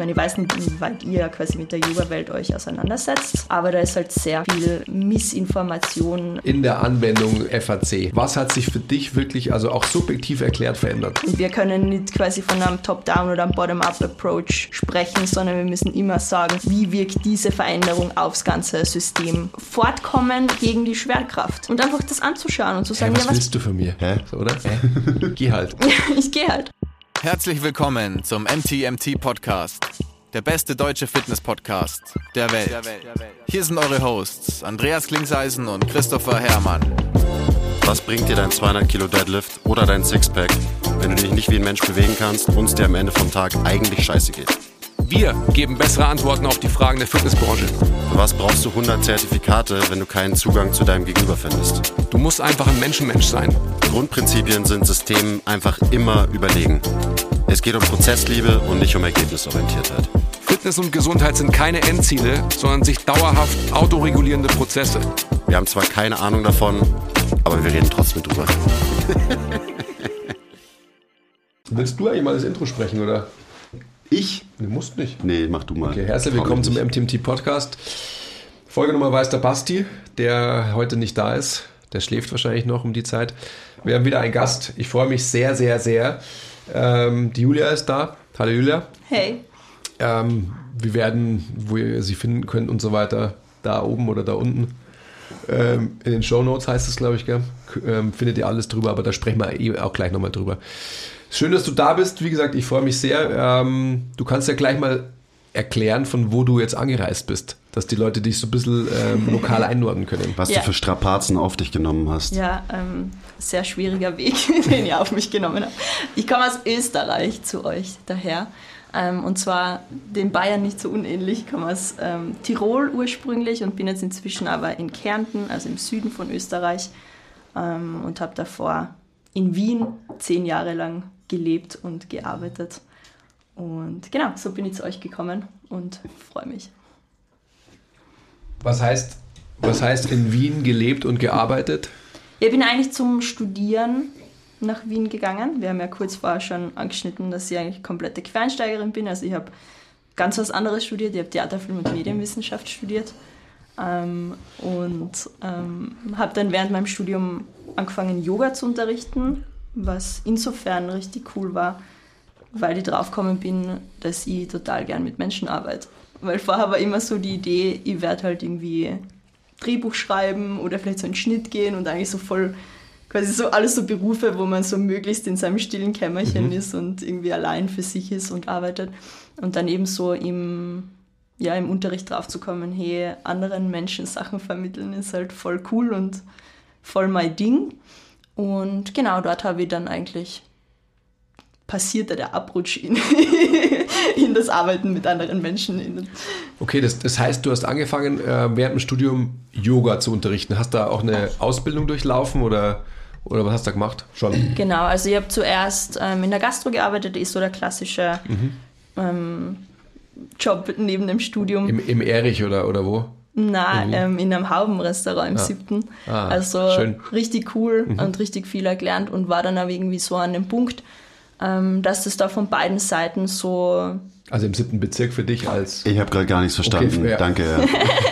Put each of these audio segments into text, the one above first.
meine, ich weiß nicht, inwieweit ihr quasi mit der Yoga-Welt euch auseinandersetzt, aber da ist halt sehr viel Missinformation. In der Anwendung FAC. Was hat sich für dich wirklich, also auch subjektiv erklärt, verändert? Und wir können nicht quasi von einem Top-Down oder einem Bottom-Up-Approach sprechen, sondern wir müssen immer sagen, wie wirkt diese Veränderung aufs ganze System. Fortkommen gegen die Schwerkraft. Und einfach das anzuschauen und zu sagen, was willst du von mir? So, oder? Geh halt. Ich gehe halt. Herzlich willkommen zum MTMT Podcast, der beste deutsche Fitness-Podcast der Welt. Hier sind eure Hosts Andreas Klingseisen und Christopher Herrmann. Was bringt dir dein 200 Kilo Deadlift oder dein Sixpack, wenn du dich nicht wie ein Mensch bewegen kannst und es dir am Ende vom Tag eigentlich scheiße geht? Wir geben bessere Antworten auf die Fragen der Fitnessbranche. Für was brauchst du 100 Zertifikate, wenn du keinen Zugang zu deinem Gegenüber findest? Du musst einfach ein Menschenmensch sein. Grundprinzipien sind Systemen einfach immer überlegen. Es geht um Prozessliebe und nicht um Ergebnisorientiertheit. Fitness und Gesundheit sind keine Endziele, sondern sich dauerhaft autoregulierende Prozesse. Wir haben zwar keine Ahnung davon, aber wir reden trotzdem drüber. Willst du eigentlich mal das Intro sprechen, oder? Ich? Du musst nicht. Nee, mach du mal. Okay, herzlich willkommen zum MTMT Podcast. Folgenummer weiß der Basti, der heute nicht da ist. Der schläft wahrscheinlich noch um die Zeit. Wir haben wieder einen Gast. Ich freue mich sehr, sehr, sehr. Die Julia ist da. Hallo Julia. Hey. Wir werden, wo ihr sie finden könnt und so weiter, da oben oder da unten. In den Shownotes heißt es, glaube ich, gell? Findet ihr alles drüber, aber da sprechen wir auch gleich nochmal drüber. Schön, dass du da bist. Wie gesagt, ich freue mich sehr. Du kannst ja gleich mal erklären, von wo du jetzt angereist bist, dass die Leute dich so ein bisschen lokal einordnen können. Was du für Strapazen auf dich genommen hast. Ja, sehr schwieriger Weg, den ihr auf mich genommen habt. Ich komme aus Österreich zu euch daher. Und zwar den Bayern nicht so unähnlich. Ich komme aus Tirol ursprünglich und bin jetzt inzwischen aber in Kärnten, also im Süden von Österreich, und habe davor in Wien 10 Jahre lang gelebt und gearbeitet. Und genau, so bin ich zu euch gekommen und freue mich. Was heißt in Wien gelebt und gearbeitet? Ich bin eigentlich zum Studieren nach Wien gegangen. Wir haben ja kurz vorher schon angeschnitten, dass ich eigentlich komplette Quereinsteigerin bin. Also ich habe ganz was anderes studiert. Ich habe Theater, Film und Medienwissenschaft studiert. Und habe dann während meinem Studium angefangen, Yoga zu unterrichten, was insofern richtig cool war, weil ich draufgekommen bin, dass ich total gern mit Menschen arbeite. Weil vorher war immer so die Idee, ich werde halt irgendwie Drehbuch schreiben oder vielleicht so in Schnitt gehen und eigentlich so voll, quasi so alles so Berufe, wo man so möglichst in seinem stillen Kämmerchen ist und irgendwie allein für sich ist und arbeitet. Und dann eben so im Unterricht draufzukommen, hey, anderen Menschen Sachen vermitteln ist halt voll cool und voll mein Ding. Und genau, dort habe ich dann eigentlich passierte der Abrutsch in das Arbeiten mit anderen Menschen. Okay, das heißt, du hast angefangen, während dem Studium Yoga zu unterrichten. Hast du da auch eine Ausbildung durchlaufen oder was hast du da gemacht? Schon? Genau, also ich habe zuerst in der Gastro gearbeitet, ist so der klassische Job neben dem Studium. Im Erich oder wo? Nein, in einem Haubenrestaurant im 7. Also schön. Richtig cool und richtig viel erklärt und war dann aber irgendwie so an dem Punkt, dass das da von beiden Seiten so... Also im 7. Bezirk für dich als... Ich habe gerade gar nichts verstanden. Okay, ja. Danke. Ja.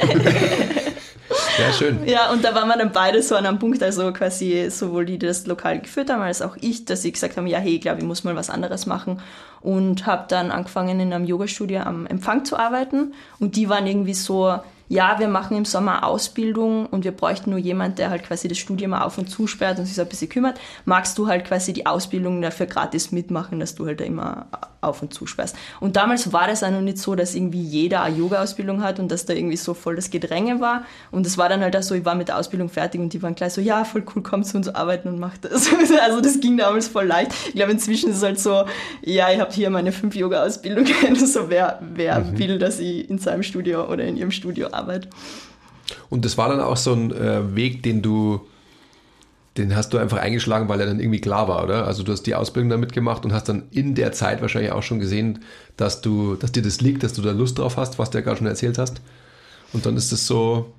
Ja, schön. Ja, und da waren wir dann beide so an einem Punkt, also quasi sowohl die das Lokal geführt haben, als auch ich, dass sie gesagt haben, ja, hey, ich glaube, ich muss mal was anderes machen. Und habe dann angefangen, in einem Yogastudio am Empfang zu arbeiten. Und die waren irgendwie so, ja, wir machen im Sommer Ausbildung und wir bräuchten nur jemanden, der halt quasi das Studium auf und zusperrt und sich so ein bisschen kümmert. Magst du halt quasi die Ausbildung dafür gratis mitmachen, dass du halt da immer auf und zusperrst? Und damals war das auch noch nicht so, dass irgendwie jeder eine Yoga-Ausbildung hat und dass da irgendwie so voll das Gedränge war. Und es war dann halt auch so, ich war mit der Ausbildung fertig und die waren gleich so, ja, voll cool, komm zu uns arbeiten und mach das. Also das ging damals voll leicht. Ich glaube, inzwischen ist es halt so, ja, ich habe hier meine 5 Yoga-Ausbildungen. So, wer will, dass ich in seinem Studio oder in ihrem Studio arbeite. Und das war dann auch so ein Weg, den hast du einfach eingeschlagen, weil er dann irgendwie klar war, oder? Also du hast die Ausbildung damit gemacht und hast dann in der Zeit wahrscheinlich auch schon gesehen, dass dir das liegt, dass du da Lust drauf hast, was du ja gerade schon erzählt hast. Und dann ist es so...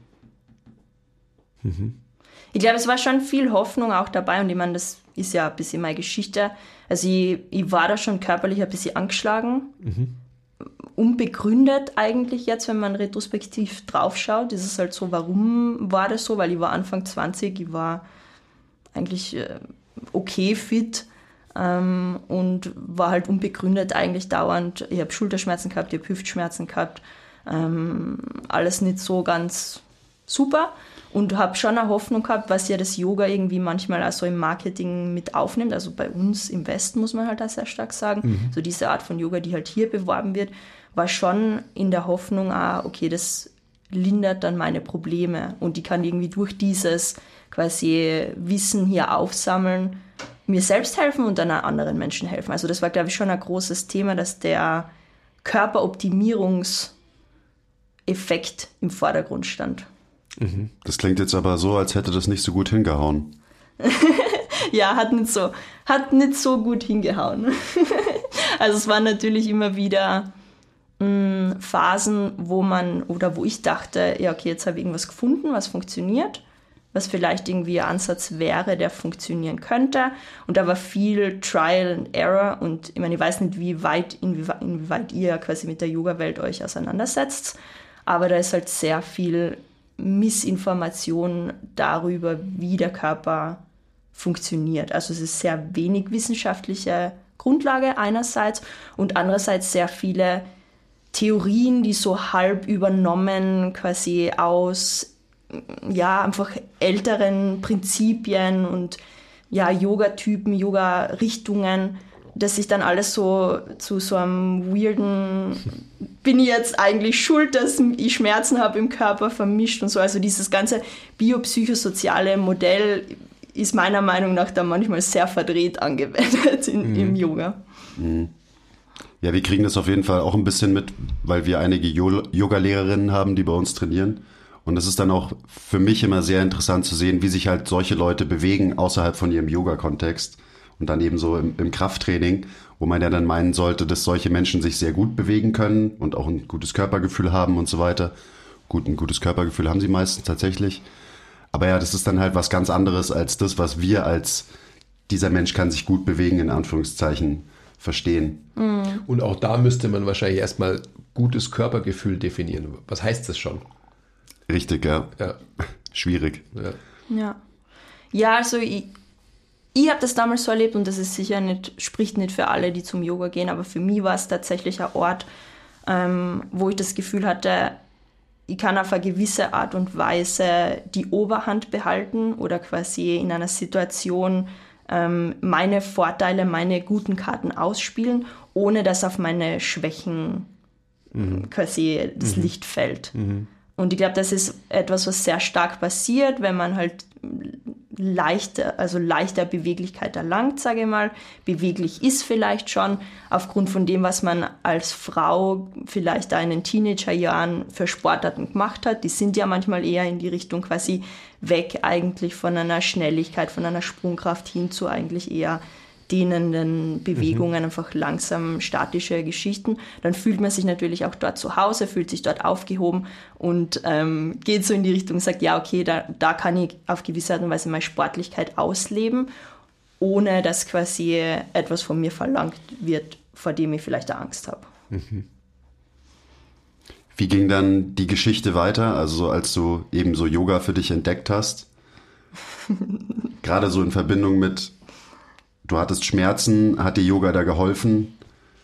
Ich glaube, es war schon viel Hoffnung auch dabei und ich meine, das ist ja ein bisschen meine Geschichte. Also ich war da schon körperlich ein bisschen angeschlagen. unbegründet eigentlich jetzt, wenn man retrospektiv draufschaut. Ist es halt so, warum war das so? Weil ich war Anfang 20, ich war eigentlich okay fit und war halt unbegründet eigentlich dauernd. Ich habe Schulterschmerzen gehabt, ich habe Hüftschmerzen gehabt, alles nicht so ganz super. Und habe schon eine Hoffnung gehabt, was ja das Yoga irgendwie manchmal auch so im Marketing mit aufnimmt. Also bei uns im Westen muss man halt auch sehr stark sagen. So diese Art von Yoga, die halt hier beworben wird, war schon in der Hoffnung, okay, das lindert dann meine Probleme. Und ich kann irgendwie durch dieses quasi Wissen hier aufsammeln, mir selbst helfen und dann auch anderen Menschen helfen. Also das war, glaube ich, schon ein großes Thema, dass der Körperoptimierungseffekt im Vordergrund stand. Das klingt jetzt aber so, als hätte das nicht so gut hingehauen. Ja, hat nicht so gut hingehauen. Also es waren natürlich immer wieder Phasen, wo ich dachte, ja okay, jetzt habe ich irgendwas gefunden, was funktioniert, was vielleicht irgendwie ein Ansatz wäre, der funktionieren könnte. Und da war viel Trial and Error und ich meine, ich weiß nicht, inwieweit ihr quasi mit der Yoga-Welt euch auseinandersetzt, aber da ist halt sehr viel Missinformation darüber, wie der Körper funktioniert. Also es ist sehr wenig wissenschaftliche Grundlage einerseits und andererseits sehr viele Theorien, die so halb übernommen quasi aus einfach älteren Prinzipien und Yoga-Typen, Yoga-Richtungen, dass sich dann alles so zu so einem weirden, bin ich jetzt eigentlich schuld, dass ich Schmerzen habe im Körper, vermischt und so. Also dieses ganze biopsychosoziale Modell ist meiner Meinung nach da manchmal sehr verdreht angewendet im Yoga. Ja, wir kriegen das auf jeden Fall auch ein bisschen mit, weil wir einige Yoga-Lehrerinnen haben, die bei uns trainieren. Und es ist dann auch für mich immer sehr interessant zu sehen, wie sich halt solche Leute bewegen außerhalb von ihrem Yoga-Kontext. Und dann eben so im Krafttraining, wo man ja dann meinen sollte, dass solche Menschen sich sehr gut bewegen können und auch ein gutes Körpergefühl haben und so weiter. Gut, ein gutes Körpergefühl haben sie meistens tatsächlich. Aber ja, das ist dann halt was ganz anderes als das, was wir als dieser Mensch kann sich gut bewegen, in Anführungszeichen, verstehen. Und auch da müsste man wahrscheinlich erstmal gutes Körpergefühl definieren. Was heißt das schon? Richtig, ja. Schwierig. Ja, also ich habe das damals so erlebt und das ist sicher spricht nicht für alle, die zum Yoga gehen, aber für mich war es tatsächlich ein Ort, wo ich das Gefühl hatte, ich kann auf eine gewisse Art und Weise die Oberhand behalten oder quasi in einer Situation meine Vorteile, meine guten Karten ausspielen, ohne dass auf meine Schwächen quasi das Licht fällt. Und ich glaube, das ist etwas, was sehr stark passiert, wenn man halt leichter Beweglichkeit erlangt, sage ich mal. Beweglich ist vielleicht schon aufgrund von dem, was man als Frau vielleicht da in den Teenagerjahren für Sportarten gemacht hat. Die sind ja manchmal eher in die Richtung quasi weg eigentlich von einer Schnelligkeit, von einer Sprungkraft hin zu eigentlich eher dehnenden Bewegungen, einfach langsam statische Geschichten. Dann fühlt man sich natürlich auch dort zu Hause, fühlt sich dort aufgehoben und geht so in die Richtung und sagt, ja, okay, da kann ich auf gewisse Art und Weise meine Sportlichkeit ausleben, ohne dass quasi etwas von mir verlangt wird, vor dem ich vielleicht Angst habe. Wie ging dann die Geschichte weiter, also als du eben so Yoga für dich entdeckt hast? Gerade so in Verbindung mit du hattest Schmerzen, hat dir Yoga da geholfen?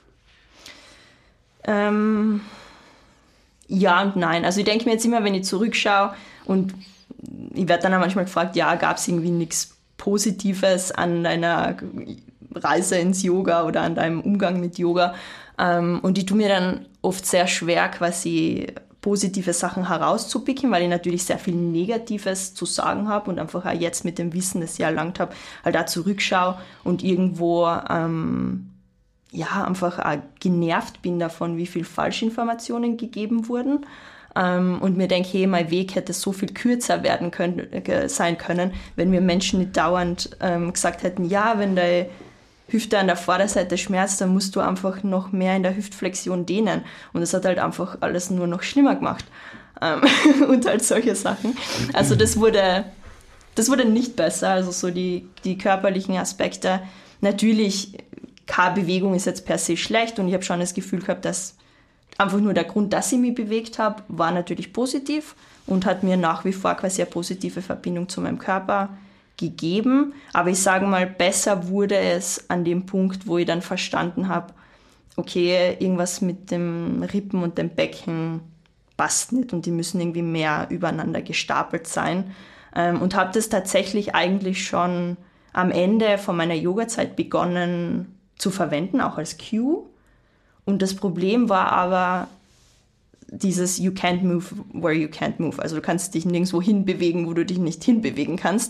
Ja und nein. Also ich denke mir jetzt immer, wenn ich zurückschaue und ich werde dann auch manchmal gefragt, ja, gab es irgendwie nichts Positives an deiner Reise ins Yoga oder an deinem Umgang mit Yoga? Und ich tue mir dann oft sehr schwer, quasi positive Sachen herauszupicken, weil ich natürlich sehr viel Negatives zu sagen habe und einfach auch jetzt mit dem Wissen, das ich erlangt habe, halt da zurückschaue und irgendwo einfach auch genervt bin davon, wie viel Falschinformationen gegeben wurden und mir denke, hey, mein Weg hätte so viel kürzer sein können, wenn mir Menschen nicht dauernd gesagt hätten, ja, wenn deine Hüfte an der Vorderseite schmerzt, dann musst du einfach noch mehr in der Hüftflexion dehnen. Und das hat halt einfach alles nur noch schlimmer gemacht. Und halt solche Sachen. Also das wurde nicht besser. Also so die körperlichen Aspekte. Natürlich, keine Bewegung ist jetzt per se schlecht und ich habe schon das Gefühl gehabt, dass einfach nur der Grund, dass ich mich bewegt habe, war natürlich positiv und hat mir nach wie vor quasi eine positive Verbindung zu meinem Körper gegeben. Aber ich sage mal, besser wurde es an dem Punkt, wo ich dann verstanden habe, okay, irgendwas mit dem Rippen und dem Becken passt nicht und die müssen irgendwie mehr übereinander gestapelt sein. Und habe das tatsächlich eigentlich schon am Ende von meiner Yoga-Zeit begonnen zu verwenden, auch als Cue. Und das Problem war aber dieses You can't move where you can't move. Also du kannst dich nirgendwo hinbewegen, wo du dich nicht hinbewegen kannst.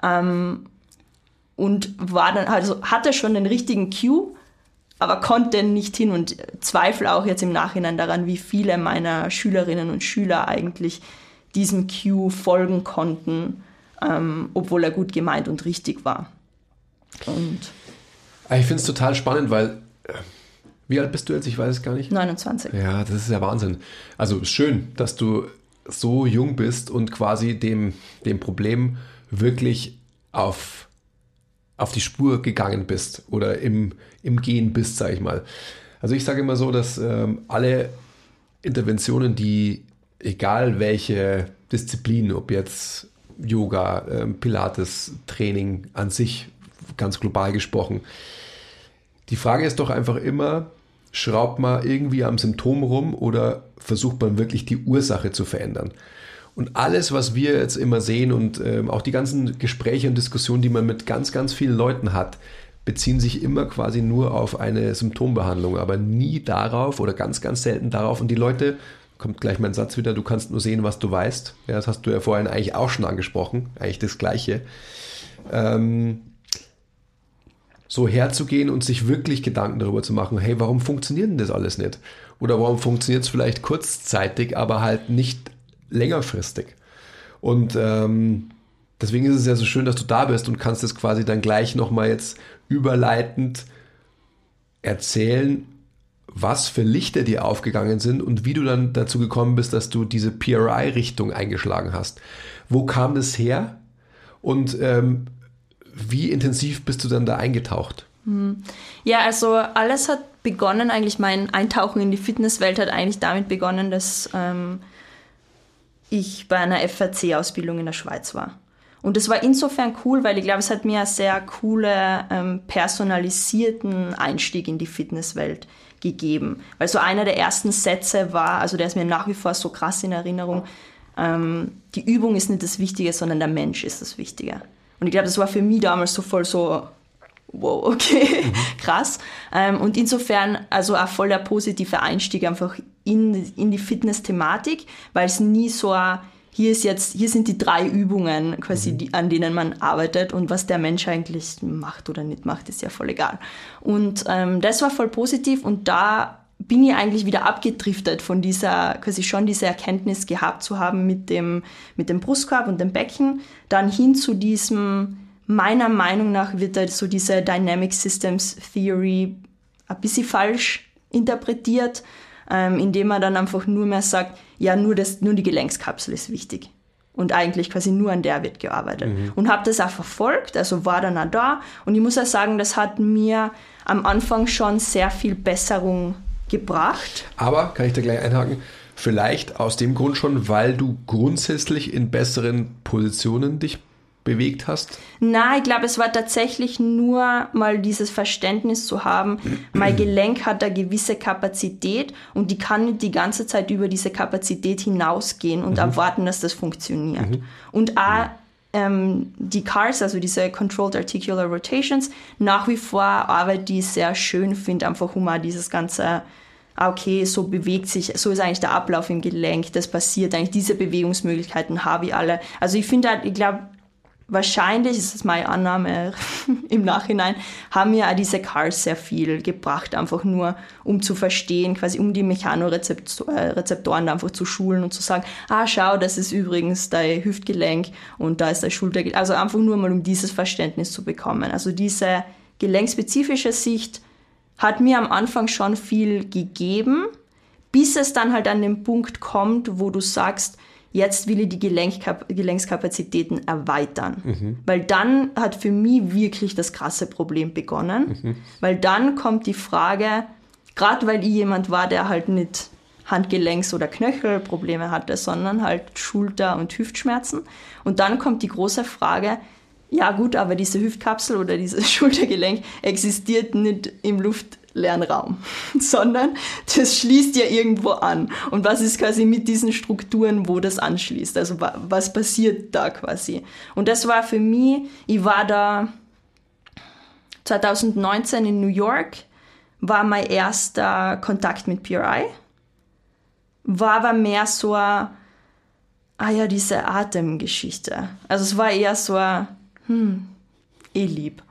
Und war dann, also hatte schon den richtigen Cue, aber konnte nicht hin und zweifle auch jetzt im Nachhinein daran, wie viele meiner Schülerinnen und Schüler eigentlich diesem Cue folgen konnten, obwohl er gut gemeint und richtig war. Und ich finde es total spannend, weil, wie alt bist du jetzt? Ich weiß es gar nicht. 29. Ja, das ist ja Wahnsinn. Also schön, dass du so jung bist und quasi dem Problem wirklich auf die Spur gegangen bist oder im Gehen bist, sage ich mal. Also ich sage immer so, dass alle Interventionen, die, egal welche Disziplin, ob jetzt Yoga, Pilates, Training an sich, ganz global gesprochen, die Frage ist doch einfach immer, schraubt man irgendwie am Symptom rum oder versucht man wirklich die Ursache zu verändern? Und alles, was wir jetzt immer sehen und auch die ganzen Gespräche und Diskussionen, die man mit ganz, ganz vielen Leuten hat, beziehen sich immer quasi nur auf eine Symptombehandlung, aber nie darauf oder ganz, ganz selten darauf. Und die Leute, kommt gleich mein Satz wieder, du kannst nur sehen, was du weißt. Ja, das hast du ja vorhin eigentlich auch schon angesprochen, eigentlich das Gleiche. So herzugehen und sich wirklich Gedanken darüber zu machen, hey, warum funktioniert denn das alles nicht? Oder warum funktioniert es vielleicht kurzzeitig, aber halt nicht längerfristig? Und deswegen ist es ja so schön, dass du da bist und kannst es quasi dann gleich nochmal jetzt überleitend erzählen, was für Lichter dir aufgegangen sind und wie du dann dazu gekommen bist, dass du diese PRI-Richtung eingeschlagen hast. Wo kam das her und wie intensiv bist du dann da eingetaucht? Ja, also alles hat begonnen, eigentlich mein Eintauchen in die Fitnesswelt hat eigentlich damit begonnen, dass ich bei einer FAC-Ausbildung in der Schweiz war. Und das war insofern cool, weil ich glaube, es hat mir einen sehr coolen, personalisierten Einstieg in die Fitnesswelt gegeben. Weil so einer der ersten Sätze war, also der ist mir nach wie vor so krass in Erinnerung, die Übung ist nicht das Wichtige, sondern der Mensch ist das Wichtige. Und ich glaube, das war für mich damals so voll so, wow, okay, krass. Und insofern, also auch voll der positive Einstieg einfach in die Fitness-Thematik, weil es nie so hier sind die 3 Übungen quasi, an denen man arbeitet und was der Mensch eigentlich macht oder nicht macht, ist ja voll egal. Und das war voll positiv und da bin ich eigentlich wieder abgedriftet von quasi schon diese Erkenntnis gehabt zu haben mit dem Brustkorb und dem Becken, dann hin zu diesem, meiner Meinung nach wird da so diese Dynamic Systems Theory ein bisschen falsch interpretiert, indem man dann einfach nur mehr sagt, ja, nur die Gelenkskapsel ist wichtig. Und eigentlich quasi nur an der wird gearbeitet. Und habe das auch verfolgt, also war dann auch da. Und ich muss auch sagen, das hat mir am Anfang schon sehr viel Besserung gebracht. Aber, kann ich da gleich einhaken, vielleicht aus dem Grund schon, weil du grundsätzlich in besseren Positionen dich bewegt hast? Nein, ich glaube, es war tatsächlich nur mal dieses Verständnis zu haben, mein Gelenk hat eine gewisse Kapazität und die kann nicht die ganze Zeit über diese Kapazität hinausgehen und erwarten, dass das funktioniert. Und auch die CARS, also diese Controlled Articular Rotations, nach wie vor Arbeit, die ich sehr schön finde, einfach um auch dieses ganze, okay, so bewegt sich, so ist eigentlich der Ablauf im Gelenk, das passiert eigentlich, diese Bewegungsmöglichkeiten habe ich alle. Also ich finde halt, ich glaube, wahrscheinlich, ist es meine Annahme im Nachhinein, haben mir auch diese CARS sehr viel gebracht, einfach nur um zu verstehen, quasi um die Mechanorezeptoren einfach zu schulen und zu sagen, schau, das ist übrigens dein Hüftgelenk und da ist dein Schultergelenk. Also einfach nur mal, um dieses Verständnis zu bekommen. Also diese gelenkspezifische Sicht hat mir am Anfang schon viel gegeben, bis es dann halt an den Punkt kommt, wo du sagst, jetzt will ich die Gelenkskapazitäten erweitern. Weil dann hat für mich wirklich das krasse Problem begonnen. Weil dann kommt die Frage, gerade weil ich jemand war, der halt nicht Handgelenks- oder Knöchelprobleme hatte, sondern halt Schulter- und Hüftschmerzen. Und dann kommt die große Frage, ja gut, aber diese Hüftkapsel oder dieses Schultergelenk existiert nicht im luftleeren Raum, sondern das schließt ja irgendwo an. Und was ist quasi mit diesen Strukturen, wo das anschließt? Also was passiert da quasi? Und das war für mich, ich war da 2019 in New York, war mein erster Kontakt mit PRI, war aber mehr so diese Atemgeschichte. Also es war eher so lieb.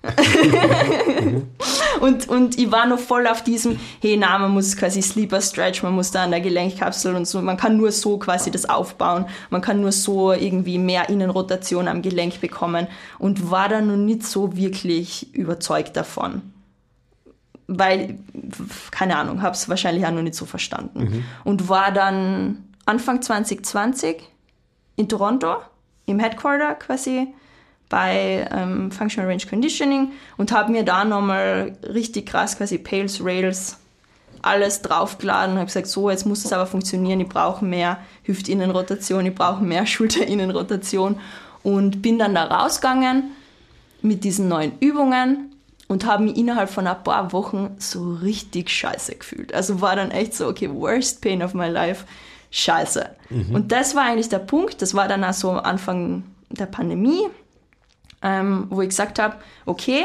und ich war noch voll auf diesem, man muss quasi Sleeper Stretch, man muss da an der Gelenkkapsel und so, man kann nur so quasi das aufbauen, man kann nur so irgendwie mehr Innenrotation am Gelenk bekommen und war da noch nicht so wirklich überzeugt davon. Weil, keine Ahnung, habe es wahrscheinlich auch noch nicht so verstanden. Und war dann Anfang 2020 in Toronto, im Headquarter quasi, bei Functional Range Conditioning und habe mir da nochmal richtig krass quasi Pales, Rails, alles draufgeladen und habe gesagt, so, jetzt muss es aber funktionieren, ich brauche mehr Hüftinnenrotation, ich brauche mehr Schulterinnenrotation und bin dann da rausgegangen mit diesen neuen Übungen und habe mich innerhalb von ein paar Wochen so richtig scheiße gefühlt. Also war dann echt so, okay, worst pain of my life, scheiße. Und das war eigentlich der Punkt, das war dann auch so Anfang der Pandemie, wo ich gesagt habe, okay,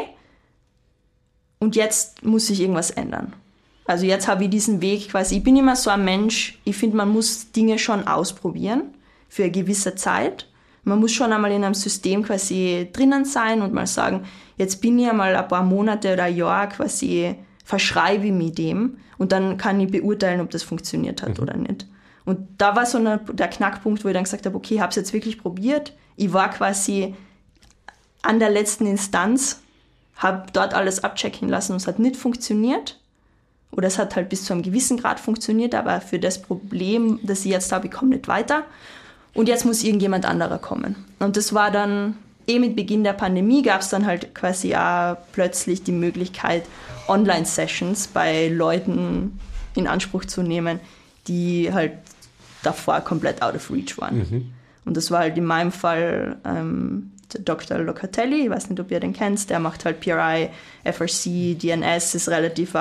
und jetzt muss sich irgendwas ändern. Also jetzt habe ich diesen Weg quasi, ich bin immer so ein Mensch, ich finde, man muss Dinge schon ausprobieren für eine gewisse Zeit. Man muss schon einmal in einem System quasi drinnen sein und mal sagen, jetzt bin ich einmal ein paar Monate oder ein Jahr quasi, verschreibe ich mich dem und dann kann ich beurteilen, ob das funktioniert hat oder nicht. Und da war so der Knackpunkt, wo ich dann gesagt habe, okay, ich habe es jetzt wirklich probiert, ich war quasi an der letzten Instanz, habe dort alles abchecken lassen und es hat nicht funktioniert. Oder es hat halt bis zu einem gewissen Grad funktioniert, aber für das Problem, das ich jetzt habe, ich komme nicht weiter. Und jetzt muss irgendjemand anderer kommen. Und das war dann, mit Beginn der Pandemie gab es dann halt quasi auch plötzlich die Möglichkeit, Online-Sessions bei Leuten in Anspruch zu nehmen, die halt davor komplett out of reach waren. Und das war halt in meinem Fall Dr. Locatelli, ich weiß nicht, ob ihr den kennt, der macht halt PRI, FRC, DNS, ist relativ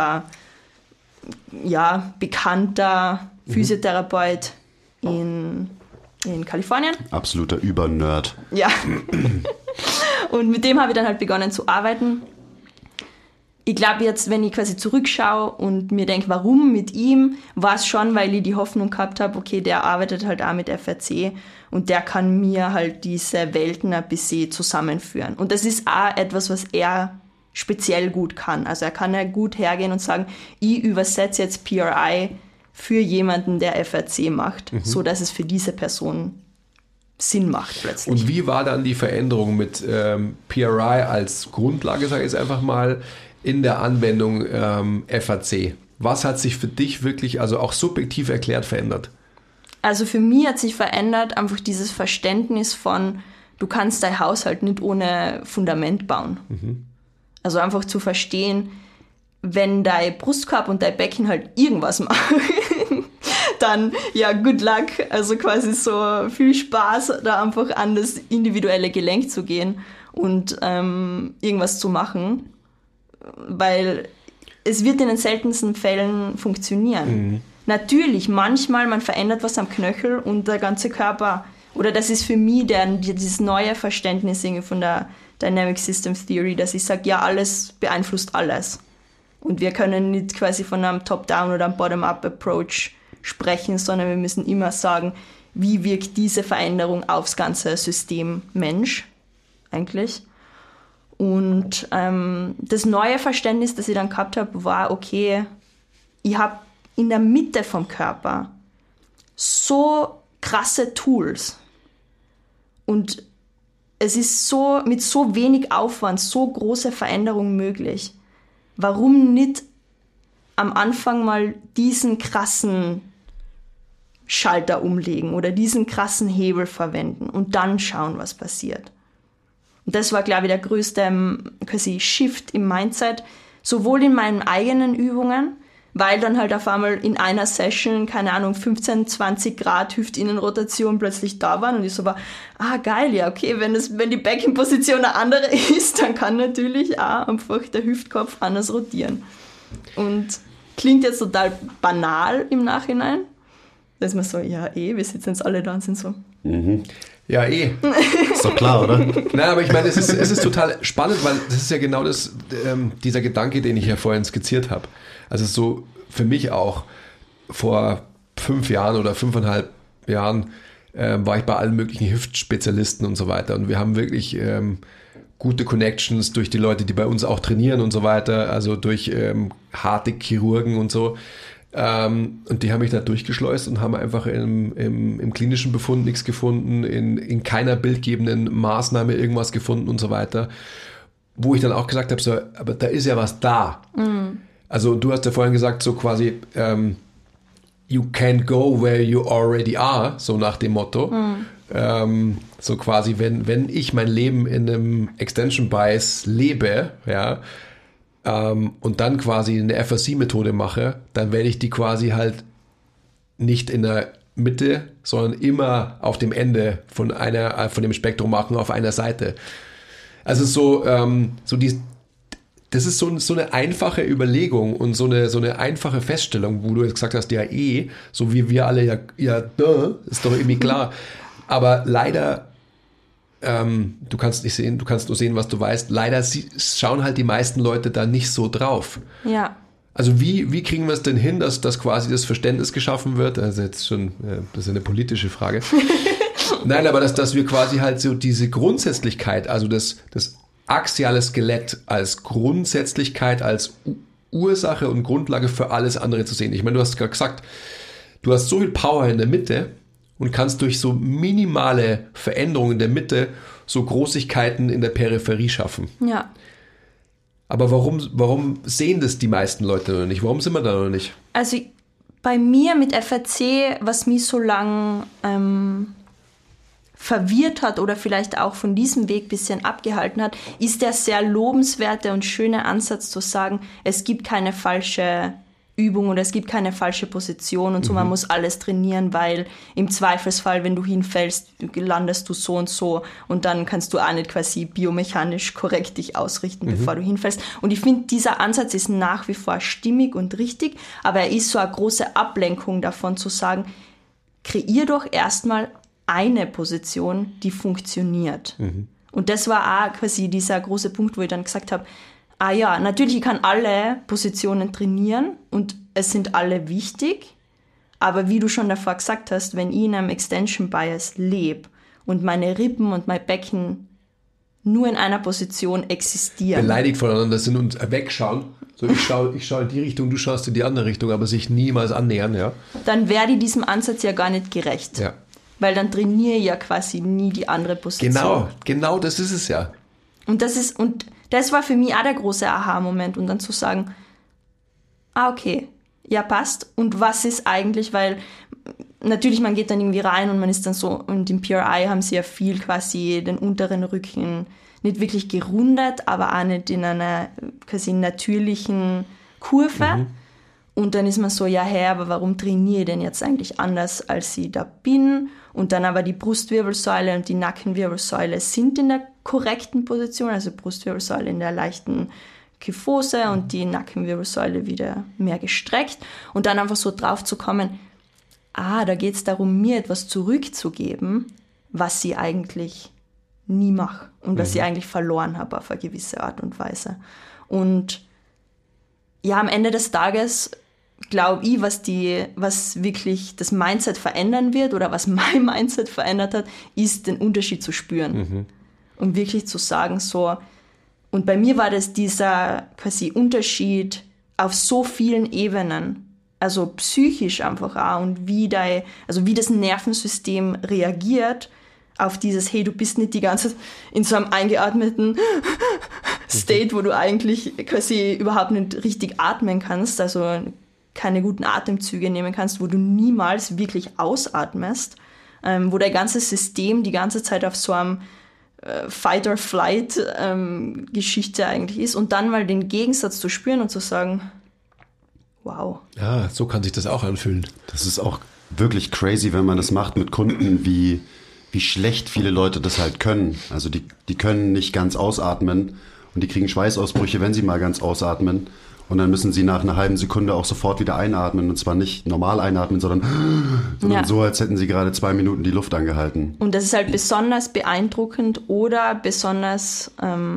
bekannter Physiotherapeut in Kalifornien. Absoluter Übernerd. Ja. Und mit dem habe ich dann halt begonnen zu arbeiten. Ich glaube jetzt, wenn ich quasi zurückschaue und mir denke, warum mit ihm, war es schon, weil ich die Hoffnung gehabt habe, okay, der arbeitet halt auch mit FRC und der kann mir halt diese Welten ein bisschen zusammenführen. Und das ist auch etwas, was er speziell gut kann. Also er kann ja gut hergehen und sagen, ich übersetze jetzt PRI für jemanden, der FRC macht, so dass es für diese Person Sinn macht plötzlich. Und wie war dann die Veränderung mit PRI als Grundlage, sage ich jetzt einfach mal, in der Anwendung FAC? Was hat sich für dich wirklich, also auch subjektiv erklärt, verändert? Also für mich hat sich verändert einfach dieses Verständnis von, du kannst dein Haus halt nicht ohne Fundament bauen. Also einfach zu verstehen, wenn dein Brustkorb und dein Becken halt irgendwas machen, dann ja, good luck. Also quasi so viel Spaß, da einfach an das individuelle Gelenk zu gehen und irgendwas zu machen. Weil es wird in den seltensten Fällen funktionieren. Natürlich, manchmal, man verändert was am Knöchel und der ganze Körper, oder das ist für mich dieses neue Verständnis von der Dynamic System Theory, dass ich sage, ja, alles beeinflusst alles. Und wir können nicht quasi von einem Top-Down oder einem Bottom-Up-Approach sprechen, sondern wir müssen immer sagen, wie wirkt diese Veränderung aufs ganze System Mensch eigentlich. Und das neue Verständnis, das ich dann gehabt habe, war, okay, ich habe in der Mitte vom Körper so krasse Tools und es ist so mit so wenig Aufwand so große Veränderungen möglich. Warum nicht am Anfang mal diesen krassen Schalter umlegen oder diesen krassen Hebel verwenden und dann schauen, was passiert? Und das war, glaube ich, der größte quasi Shift im Mindset, sowohl in meinen eigenen Übungen, weil dann halt auf einmal in einer Session, keine Ahnung, 15, 20 Grad Hüftinnenrotation plötzlich da waren und ich so war, geil, ja, okay, wenn die Beckenposition eine andere ist, dann kann natürlich auch einfach der Hüftkopf anders rotieren. Und klingt jetzt total banal im Nachhinein, da ist man so, ja wir sitzen jetzt alle da und sind so. Ja, Ist doch klar, oder? Nein, aber ich meine, es ist total spannend, weil das ist ja genau dieser Gedanke, den ich ja vorhin skizziert habe. Also so für mich auch vor 5 Jahren oder 5,5 Jahren war ich bei allen möglichen Hüftspezialisten und so weiter. Und wir haben wirklich gute Connections durch die Leute, die bei uns auch trainieren und so weiter, also durch harte Chirurgen und so. Und die haben mich da durchgeschleust und haben einfach im klinischen Befund nichts gefunden, in keiner bildgebenden Maßnahme irgendwas gefunden und so weiter. Wo ich dann auch gesagt habe, so, aber da ist ja was da. Also du hast ja vorhin gesagt, so quasi, you can't go where you already are, so nach dem Motto. So quasi, wenn ich mein Leben in einem Extension Bias lebe, ja, und dann quasi eine FRC-Methode mache, dann werde ich die quasi halt nicht in der Mitte, sondern immer auf dem Ende von dem Spektrum machen, auf einer Seite. Also das ist so eine einfache Überlegung und so eine einfache Feststellung, wo du jetzt gesagt hast, ja so wie wir alle, ist doch irgendwie klar. Aber leider, du kannst nicht sehen, du kannst nur sehen, was du weißt. Leider schauen halt die meisten Leute da nicht so drauf. Ja. Also wie kriegen wir es denn hin, dass quasi das Verständnis geschaffen wird? Also jetzt schon, das ist eine politische Frage. Nein, aber dass wir quasi halt so diese Grundsätzlichkeit, also das axiale Skelett als Grundsätzlichkeit, als Ursache und Grundlage für alles andere zu sehen. Ich meine, du hast gerade gesagt, du hast so viel Power in der Mitte und kannst durch so minimale Veränderungen in der Mitte so Großigkeiten in der Peripherie schaffen. Ja. Aber warum sehen das die meisten Leute noch nicht? Warum sind wir da noch nicht? Also bei mir mit FRC, was mich so lang verwirrt hat oder vielleicht auch von diesem Weg ein bisschen abgehalten hat, ist der sehr lobenswerte und schöne Ansatz zu sagen, es gibt keine falsche Übung oder es gibt keine falsche Position und so, man muss alles trainieren, weil im Zweifelsfall, wenn du hinfällst, landest du so und dann kannst du auch nicht quasi biomechanisch korrekt dich ausrichten, bevor du hinfällst. Und ich finde, dieser Ansatz ist nach wie vor stimmig und richtig, aber er ist so eine große Ablenkung davon zu sagen, kreier doch erstmal eine Position, die funktioniert. Und das war auch quasi dieser große Punkt, wo ich dann gesagt habe, natürlich, ich kann alle Positionen trainieren und es sind alle wichtig, aber wie du schon davor gesagt hast, wenn ich in einem Extension Bias lebe und meine Rippen und mein Becken nur in einer Position existieren. Beleidigt voneinander sind und wegschauen. So, ich schaue in die Richtung, du schaust in die andere Richtung, aber sich niemals annähern, ja. Dann werde ich diesem Ansatz ja gar nicht gerecht. Ja. Weil dann trainiere ich ja quasi nie die andere Position. Genau, das ist es ja. Und das war für mich auch der große Aha-Moment. Und dann zu sagen, okay, ja passt. Und was ist eigentlich, weil natürlich, man geht dann irgendwie rein und man ist dann so, und im PRI haben sie ja viel quasi den unteren Rücken nicht wirklich gerundet, aber auch nicht in einer quasi natürlichen Kurve. Und dann ist man so, aber warum trainiere ich denn jetzt eigentlich anders, als ich da bin? Und dann aber die Brustwirbelsäule und die Nackenwirbelsäule sind in der korrekten Position, also Brustwirbelsäule in der leichten Kyphose und die Nackenwirbelsäule wieder mehr gestreckt. Und dann einfach so drauf zu kommen, da geht es darum, mir etwas zurückzugeben, was ich eigentlich nie mache und was ich eigentlich verloren habe auf eine gewisse Art und Weise. Und ja, am Ende des Tages glaube ich, was wirklich das Mindset verändern wird oder was mein Mindset verändert hat, ist den Unterschied zu spüren. Und wirklich zu sagen so, und bei mir war das dieser quasi Unterschied auf so vielen Ebenen, also psychisch einfach auch und wie das Nervensystem reagiert auf dieses, hey, du bist nicht die ganze Zeit in so einem eingeatmeten State, wo du eigentlich quasi überhaupt nicht richtig atmen kannst, also keine guten Atemzüge nehmen kannst, wo du niemals wirklich ausatmest, wo dein ganzes System die ganze Zeit auf so einem Fight-or-Flight-Geschichte eigentlich ist und dann mal den Gegensatz zu spüren und zu sagen, wow. Ja, so kann sich das auch anfühlen. Das ist auch wirklich crazy, wenn man das macht mit Kunden, wie schlecht viele Leute das halt können. Also die können nicht ganz ausatmen und die kriegen Schweißausbrüche, wenn sie mal ganz ausatmen. Und dann müssen sie nach einer halben Sekunde auch sofort wieder einatmen. Und zwar nicht normal einatmen, sondern so, als hätten sie gerade 2 Minuten die Luft angehalten. Und das ist halt besonders beeindruckend oder besonders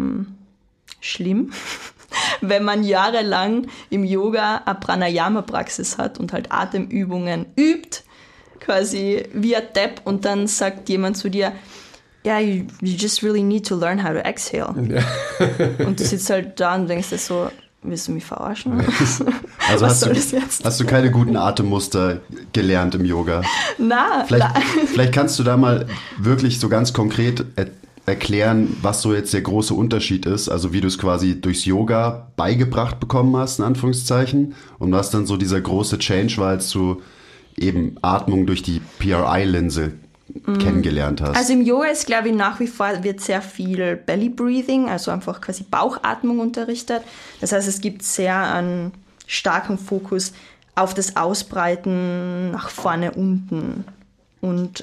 schlimm, wenn man jahrelang im Yoga eine Pranayama-Praxis hat und halt Atemübungen übt, quasi wie ein Depp, und dann sagt jemand zu dir, ja, you just really need to learn how to exhale. Ja. Und du sitzt halt da und denkst dir so, willst du mich verarschen? Also hast du keine guten Atemmuster gelernt im Yoga? Vielleicht kannst du da mal wirklich so ganz konkret erklären, was so jetzt der große Unterschied ist, also wie du es quasi durchs Yoga beigebracht bekommen hast, in Anführungszeichen, und was dann so dieser große Change war, als du eben Atmung durch die PRI-Linse kennengelernt hast. Also im Yoga ist, glaube ich, nach wie vor wird sehr viel Belly Breathing, also einfach quasi Bauchatmung unterrichtet. Das heißt, es gibt sehr einen starken Fokus auf das Ausbreiten nach vorne, unten. Und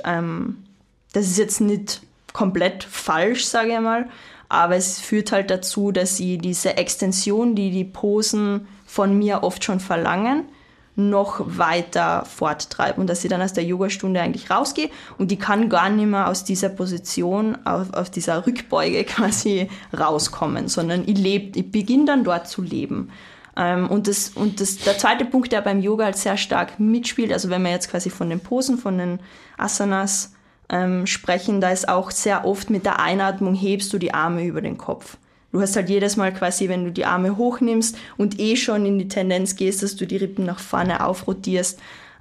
das ist jetzt nicht komplett falsch, sage ich mal, aber es führt halt dazu, dass sie diese Extension, die Posen von mir oft schon verlangen, noch weiter forttreiben und dass ich dann aus der Yogastunde eigentlich rausgehe und die kann gar nicht mehr aus dieser Position, auf dieser Rückbeuge quasi rauskommen, sondern ich beginne dann dort zu leben. Und der zweite Punkt, der beim Yoga halt sehr stark mitspielt, also wenn wir jetzt quasi von den Posen, von den Asanas sprechen, da ist auch sehr oft mit der Einatmung hebst du die Arme über den Kopf. Du hast halt jedes Mal quasi, wenn du die Arme hochnimmst und schon in die Tendenz gehst, dass du die Rippen nach vorne aufrotierst,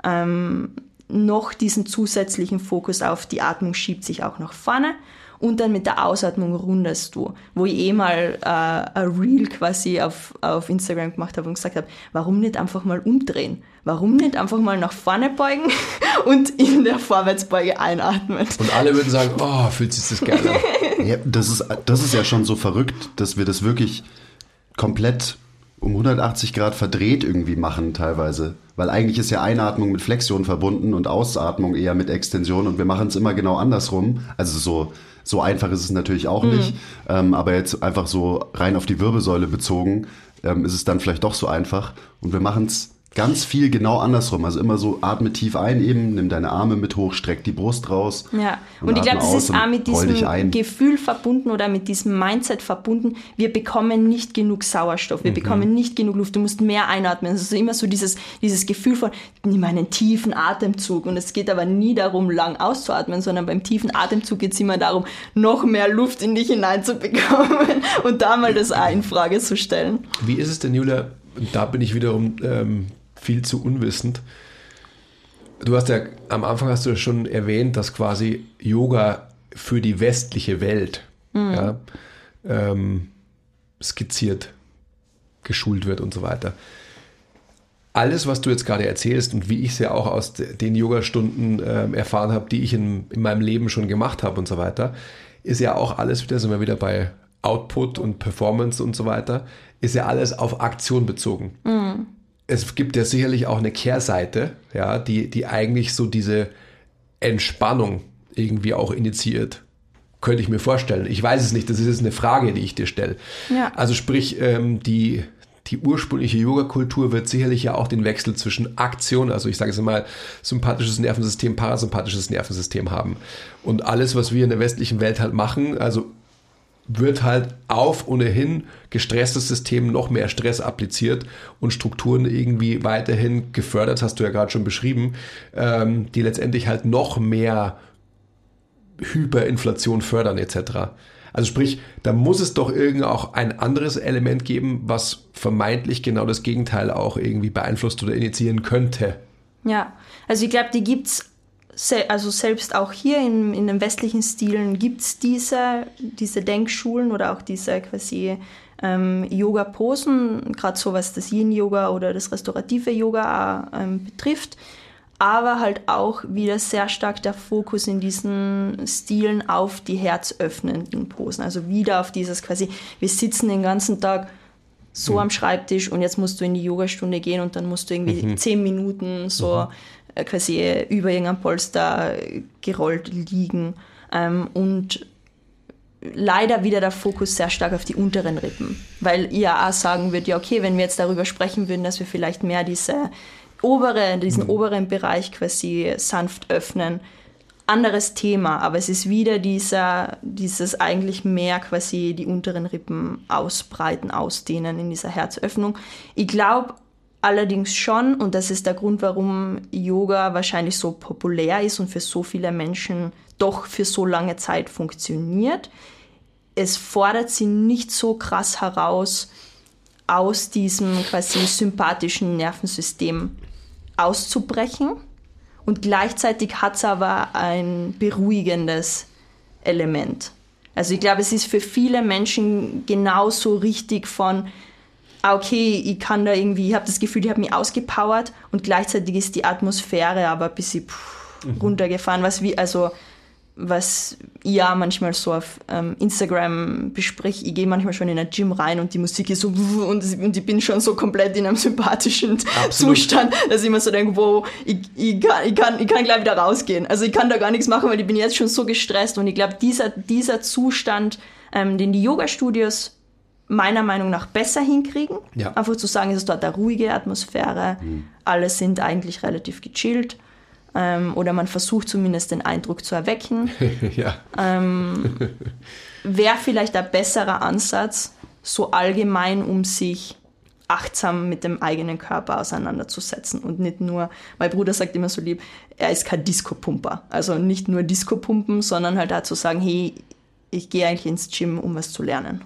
noch diesen zusätzlichen Fokus auf die Atmung schiebt sich auch nach vorne. Und dann mit der Ausatmung rundest du. Wo ich mal ein Reel quasi auf Instagram gemacht habe und gesagt habe, warum nicht einfach mal umdrehen? Warum nicht einfach mal nach vorne beugen und in der Vorwärtsbeuge einatmen? Und alle würden sagen, oh, fühlt sich das geil an. Ja, das ist ja schon so verrückt, dass wir das wirklich komplett um 180 Grad verdreht irgendwie machen teilweise. Weil eigentlich ist ja Einatmung mit Flexion verbunden und Ausatmung eher mit Extension und wir machen es immer genau andersrum. Also so einfach ist es natürlich auch nicht, aber jetzt einfach so rein auf die Wirbelsäule bezogen ist es dann vielleicht doch so einfach und wir machen es ganz viel genau andersrum, also immer so atme tief ein eben, nimm deine Arme mit hoch, streck die Brust raus. Ja, und ich glaube, das ist auch mit diesem Gefühl verbunden oder mit diesem Mindset verbunden, wir bekommen nicht genug Sauerstoff, wir bekommen nicht genug Luft, du musst mehr einatmen. Es ist immer so dieses Gefühl von, nimm einen tiefen Atemzug und es geht aber nie darum, lang auszuatmen, sondern beim tiefen Atemzug geht es immer darum, noch mehr Luft in dich hineinzubekommen und da mal das auch in Frage zu stellen. Wie ist es denn, Julia, da bin ich wiederum viel zu unwissend. Du hast ja, am Anfang hast du schon erwähnt, dass quasi Yoga für die westliche Welt skizziert, geschult wird und so weiter. Alles, was du jetzt gerade erzählst und wie ich es ja auch aus den Yogastunden erfahren habe, die ich in meinem Leben schon gemacht habe und so weiter, ist ja auch alles wieder, sind wir wieder bei Output und Performance und so weiter, ist ja alles auf Aktion bezogen. Mhm. Es gibt ja sicherlich auch eine Kehrseite, ja, die eigentlich so diese Entspannung irgendwie auch initiiert. Könnte ich mir vorstellen. Ich weiß es nicht, das ist jetzt eine Frage, die ich dir stelle. Ja. Also sprich, die ursprüngliche Yoga-Kultur wird sicherlich ja auch den Wechsel zwischen Aktion, also ich sage es mal, sympathisches Nervensystem, parasympathisches Nervensystem haben. Und alles, was wir in der westlichen Welt halt machen, also wird halt auf ohnehin gestresstes System noch mehr Stress appliziert und Strukturen irgendwie weiterhin gefördert, hast du ja gerade schon beschrieben, die letztendlich halt noch mehr Hyperinflation fördern etc. Also sprich, da muss es doch irgendwie auch ein anderes Element geben, was vermeintlich genau das Gegenteil auch irgendwie beeinflusst oder initiieren könnte. Ja, also ich glaube, die gibt's. Also selbst auch hier in den westlichen Stilen gibt es diese Denkschulen oder auch diese quasi Yoga-Posen, gerade so was das Yin-Yoga oder das restaurative Yoga betrifft, aber halt auch wieder sehr stark der Fokus in diesen Stilen auf die herzöffnenden Posen, also wieder auf dieses quasi, wir sitzen den ganzen Tag so am Schreibtisch und jetzt musst du in die Yogastunde gehen und dann musst du irgendwie 10 Minuten so quasi über irgendein Polster gerollt liegen. Und leider wieder der Fokus sehr stark auf die unteren Rippen, weil IAA sagen wird, ja okay, wenn wir jetzt darüber sprechen würden, dass wir vielleicht mehr diesen oberen Bereich quasi sanft öffnen, anderes Thema, aber es ist wieder dieses eigentlich mehr quasi die unteren Rippen ausbreiten, ausdehnen in dieser Herzöffnung. Ich glaube allerdings schon, und das ist der Grund, warum Yoga wahrscheinlich so populär ist und für so viele Menschen doch für so lange Zeit funktioniert. Es fordert sie nicht so krass heraus, aus diesem quasi sympathischen Nervensystem auszubrechen. Und gleichzeitig hat es aber ein beruhigendes Element. Also ich glaube, es ist für viele Menschen genauso richtig von, okay, ich habe das Gefühl, ich habe mich ausgepowert und gleichzeitig ist die Atmosphäre aber ein bisschen runtergefahren, was ich ja manchmal so auf Instagram bespreche. Ich gehe manchmal schon in ein Gym rein und die Musik ist so und ich bin schon so komplett in einem sympathischen Zustand, dass ich mir so denke, wow, ich kann gleich wieder rausgehen. Also ich kann da gar nichts machen, weil ich bin jetzt schon so gestresst und ich glaube, dieser Zustand, den die Yoga-Studios meiner Meinung nach besser hinkriegen, einfach zu sagen, es ist dort eine ruhige Atmosphäre, alle sind eigentlich relativ gechillt, oder man versucht zumindest den Eindruck zu erwecken. Wäre vielleicht ein besserer Ansatz, so allgemein, um sich achtsam mit dem eigenen Körper auseinanderzusetzen und nicht nur, mein Bruder sagt immer so lieb, er ist kein Disco-Pumper. Also nicht nur Disco-Pumpen, sondern halt auch zu sagen, hey, ich gehe eigentlich ins Gym, um was zu lernen.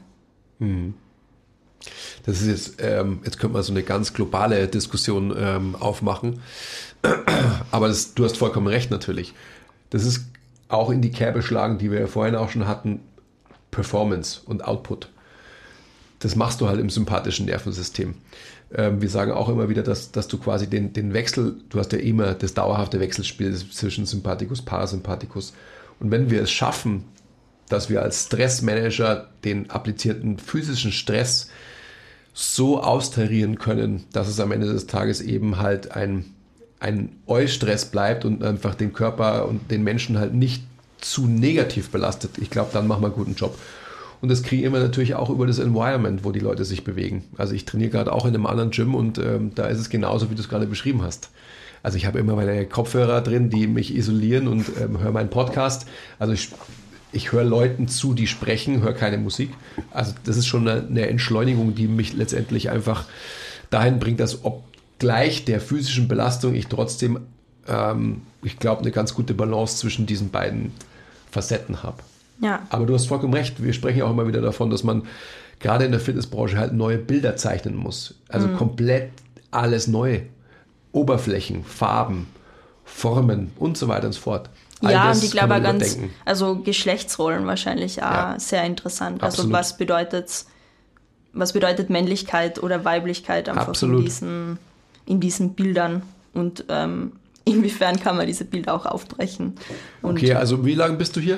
Das ist jetzt könnte man so eine ganz globale Diskussion aufmachen, aber du hast vollkommen recht natürlich. Das ist auch in die Kerbe schlagen, die wir ja vorhin auch schon hatten, Performance und Output. Das machst du halt im sympathischen Nervensystem. Wir sagen auch immer wieder, dass du quasi den Wechsel, du hast ja immer das dauerhafte Wechselspiel zwischen Sympathikus, Parasympathikus. Und wenn wir es schaffen, dass wir als Stressmanager den applizierten physischen Stress so austarieren können, dass es am Ende des Tages eben halt ein Eustress bleibt und einfach den Körper und den Menschen halt nicht zu negativ belastet. Ich glaube, dann machen wir einen guten Job. Und das kriegen wir natürlich auch über das Environment, wo die Leute sich bewegen. Also ich trainiere gerade auch in einem anderen Gym und da ist es genauso, wie du es gerade beschrieben hast. Also ich habe immer meine Kopfhörer drin, die mich isolieren und höre meinen Podcast. Also ich höre Leuten zu, die sprechen, höre keine Musik. Also das ist schon eine Entschleunigung, die mich letztendlich einfach dahin bringt, dass obgleich der physischen Belastung ich trotzdem, ich glaube, eine ganz gute Balance zwischen diesen beiden Facetten habe. Ja. Aber du hast vollkommen recht. Wir sprechen auch immer wieder davon, dass man gerade in der Fitnessbranche halt neue Bilder zeichnen muss. Also komplett alles neu. Oberflächen, Farben, Formen und so weiter und so fort. Ja, und ich glaube also Geschlechtsrollen wahrscheinlich auch sehr interessant. Absolut. Also was bedeutet Männlichkeit oder Weiblichkeit einfach in diesen Bildern und inwiefern kann man diese Bilder auch aufbrechen. Und okay, also wie lange bist du hier?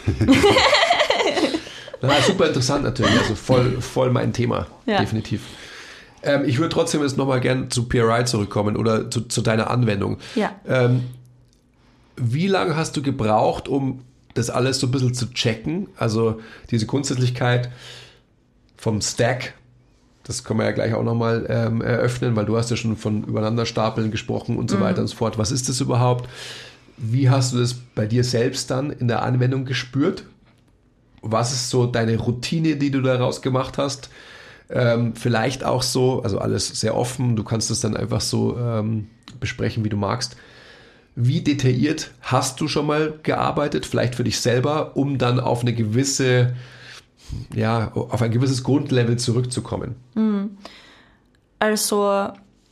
Super interessant natürlich, also voll mein Thema, definitiv. Ich würde trotzdem jetzt nochmal gerne zu PRI zurückkommen oder zu deiner Anwendung. Ja. Wie lange hast du gebraucht, um das alles so ein bisschen zu checken? Also diese Grundsätzlichkeit vom Stack, das können wir ja gleich auch nochmal eröffnen, weil du hast ja schon von Übereinanderstapeln gesprochen und so weiter und so fort. Was ist das überhaupt? Wie hast du das bei dir selbst dann in der Anwendung gespürt? Was ist so deine Routine, die du daraus gemacht hast? Vielleicht auch so, also alles sehr offen, du kannst es dann einfach so besprechen, wie du magst. Wie detailliert hast du schon mal gearbeitet, vielleicht für dich selber, um dann auf eine gewisse, auf ein gewisses Grundlevel zurückzukommen? Also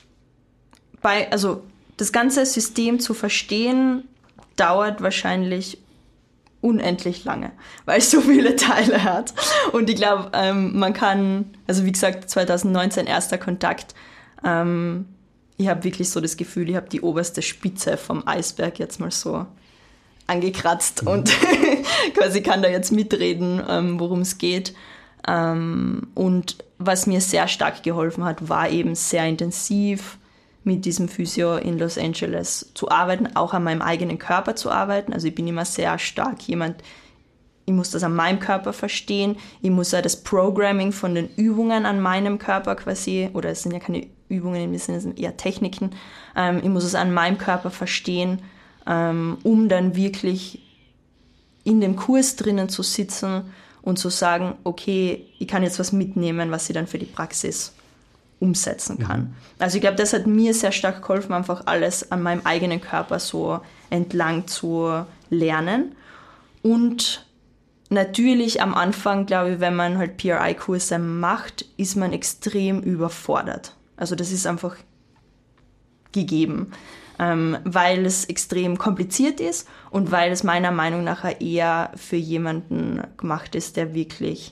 das ganze System zu verstehen, dauert wahrscheinlich unendlich lange, weil es so viele Teile hat. Und ich glaube, man kann, also wie gesagt, 2019 erster Kontakt, ich habe wirklich so das Gefühl, ich habe die oberste Spitze vom Eisberg jetzt mal so angekratzt und quasi kann da jetzt mitreden, worum es geht. Und was mir sehr stark geholfen hat, war eben sehr intensiv mit diesem Physio in Los Angeles zu arbeiten, auch an meinem eigenen Körper zu arbeiten. Also ich bin immer sehr stark jemand, ich muss das an meinem Körper verstehen, ich muss auch das Programming von den Übungen an meinem Körper quasi, oder es sind ja keine Übungen im Sinne, es sind eher Techniken, ich muss es an meinem Körper verstehen, um dann wirklich in dem Kurs drinnen zu sitzen und zu sagen, okay, ich kann jetzt was mitnehmen, was ich dann für die Praxis umsetzen kann. Also ich glaube, das hat mir sehr stark geholfen, einfach alles an meinem eigenen Körper so entlang zu lernen. Und natürlich am Anfang, glaube ich, wenn man halt PRI-Kurse macht, ist man extrem überfordert. Also das ist einfach gegeben, weil es extrem kompliziert ist und weil es meiner Meinung nach eher für jemanden gemacht ist, der wirklich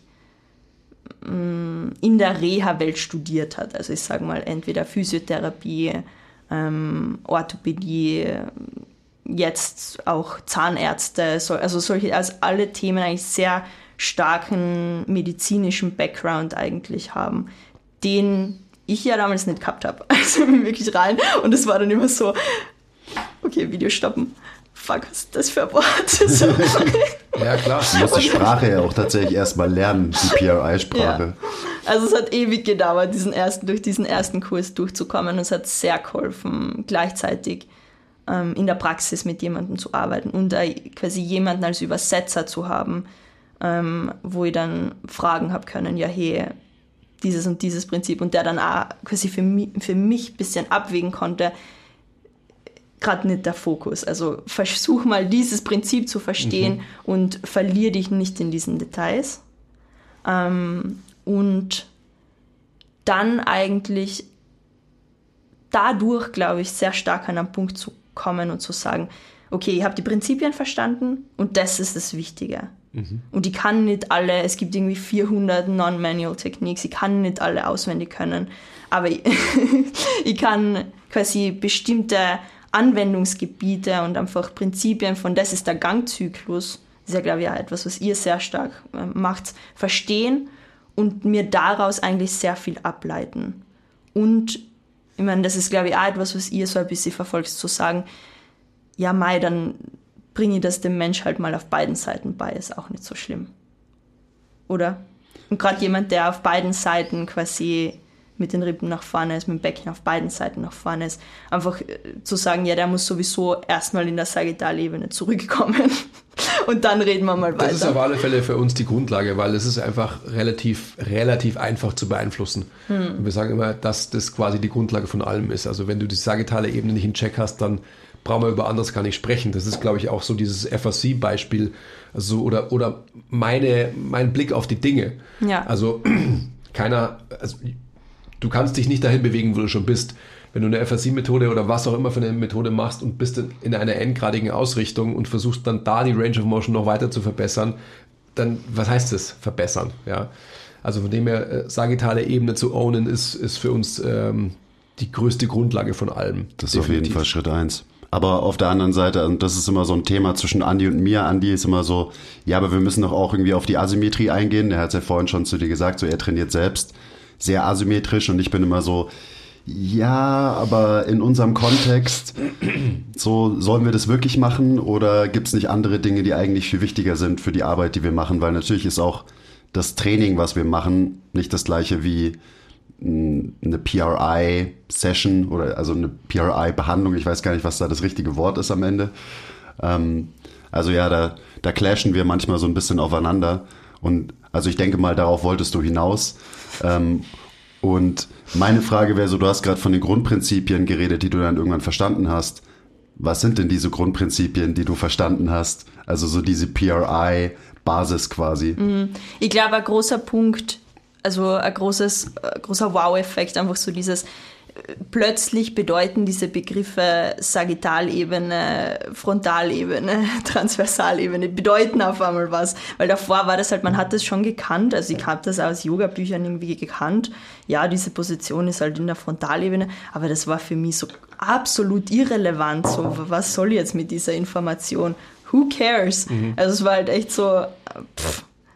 in der Reha-Welt studiert hat. Also ich sage mal, entweder Physiotherapie, Orthopädie, jetzt auch Zahnärzte, also alle Themen eigentlich sehr starken medizinischen Background eigentlich haben, den ich ja damals nicht gehabt habe. Also ich bin wirklich rein und es war dann immer so, okay, Video stoppen. Fuck, was ist das für ein Wort? So. Ja, klar. Du musst die Sprache ja auch tatsächlich erstmal lernen, die PRI-Sprache. Ja. Also es hat ewig gedauert, durch diesen ersten Kurs durchzukommen und es hat sehr geholfen, gleichzeitig in der Praxis mit jemandem zu arbeiten und quasi jemanden als Übersetzer zu haben, wo ich dann fragen habe können, ja hey, dieses und dieses Prinzip und der dann auch quasi für mich ein bisschen abwägen konnte, gerade nicht der Fokus. Also versuch mal dieses Prinzip zu verstehen und verlier dich nicht in diesen Details. Und dann eigentlich dadurch, glaube ich, sehr stark an einen Punkt zu kommen und zu sagen, okay, ich habe die Prinzipien verstanden und das ist das Wichtige. Und ich kann nicht alle, es gibt irgendwie 400 Non-Manual Techniques, ich kann nicht alle auswendig können, aber ich kann quasi bestimmte Anwendungsgebiete und einfach Prinzipien von, das ist der Gangzyklus, das ist ja, glaube ich, auch etwas, was ihr sehr stark macht, verstehen und mir daraus eigentlich sehr viel ableiten. Und ich meine, das ist, glaube ich, auch etwas, was ihr so ein bisschen verfolgt, zu sagen, ja, Mai, dann bringe ich das dem Mensch halt mal auf beiden Seiten bei, ist auch nicht so schlimm. Oder? Und gerade jemand, der auf beiden Seiten quasi mit den Rippen nach vorne ist, mit dem Becken auf beiden Seiten nach vorne ist, einfach zu sagen, ja, der muss sowieso erstmal in der Sagittalebene zurückkommen und dann reden wir mal weiter. Das ist auf alle Fälle für uns die Grundlage, weil es ist einfach relativ einfach zu beeinflussen. Und wir sagen immer, dass das quasi die Grundlage von allem ist. Also wenn du die sagittale Ebene nicht in Check hast, dann brauchen wir über anderes gar nicht sprechen. Das ist, glaube ich, auch so dieses FRC-Beispiel, also oder mein Blick auf die Dinge. Ja. Also du kannst dich nicht dahin bewegen, wo du schon bist. Wenn du eine FRC-Methode oder was auch immer für eine Methode machst und bist in einer endgradigen Ausrichtung und versuchst dann da die Range of Motion noch weiter zu verbessern, dann, was heißt das, verbessern? Ja? Also von dem her, sagittale Ebene zu ownen, ist für uns die größte Grundlage von allem. Das ist definitiv auf jeden Fall Schritt 1. Aber auf der anderen Seite, und das ist immer so ein Thema zwischen Andi und mir. Andi ist immer so, ja, aber wir müssen doch auch irgendwie auf die Asymmetrie eingehen. Der hat es ja vorhin schon zu dir gesagt, so er trainiert selbst sehr asymmetrisch und ich bin immer so, ja, aber in unserem Kontext, so sollen wir das wirklich machen oder gibt es nicht andere Dinge, die eigentlich viel wichtiger sind für die Arbeit, die wir machen? Weil natürlich ist auch das Training, was wir machen, nicht das gleiche wie eine PRI-Session oder also eine PRI-Behandlung. Ich weiß gar nicht, was da das richtige Wort ist am Ende. Also ja, da clashen wir manchmal so ein bisschen aufeinander. Und also ich denke mal, darauf wolltest du hinaus. Und meine Frage wäre so, du hast gerade von den Grundprinzipien geredet, die du dann irgendwann verstanden hast. Was sind denn diese Grundprinzipien, die du verstanden hast? Also so diese PRI-Basis quasi. Ich glaube, ein großer Punkt, also ein großer Wow-Effekt, einfach so dieses, plötzlich bedeuten diese Begriffe Sagittalebene, Frontalebene, Transversalebene, bedeuten auf einmal was. Weil davor war das halt, man hat das schon gekannt, also ich habe das aus Yoga-Büchern irgendwie gekannt. Ja, diese Position ist halt in der Frontalebene, aber das war für mich so absolut irrelevant. So, was soll ich jetzt mit dieser Information? Who cares? Also es war halt echt so,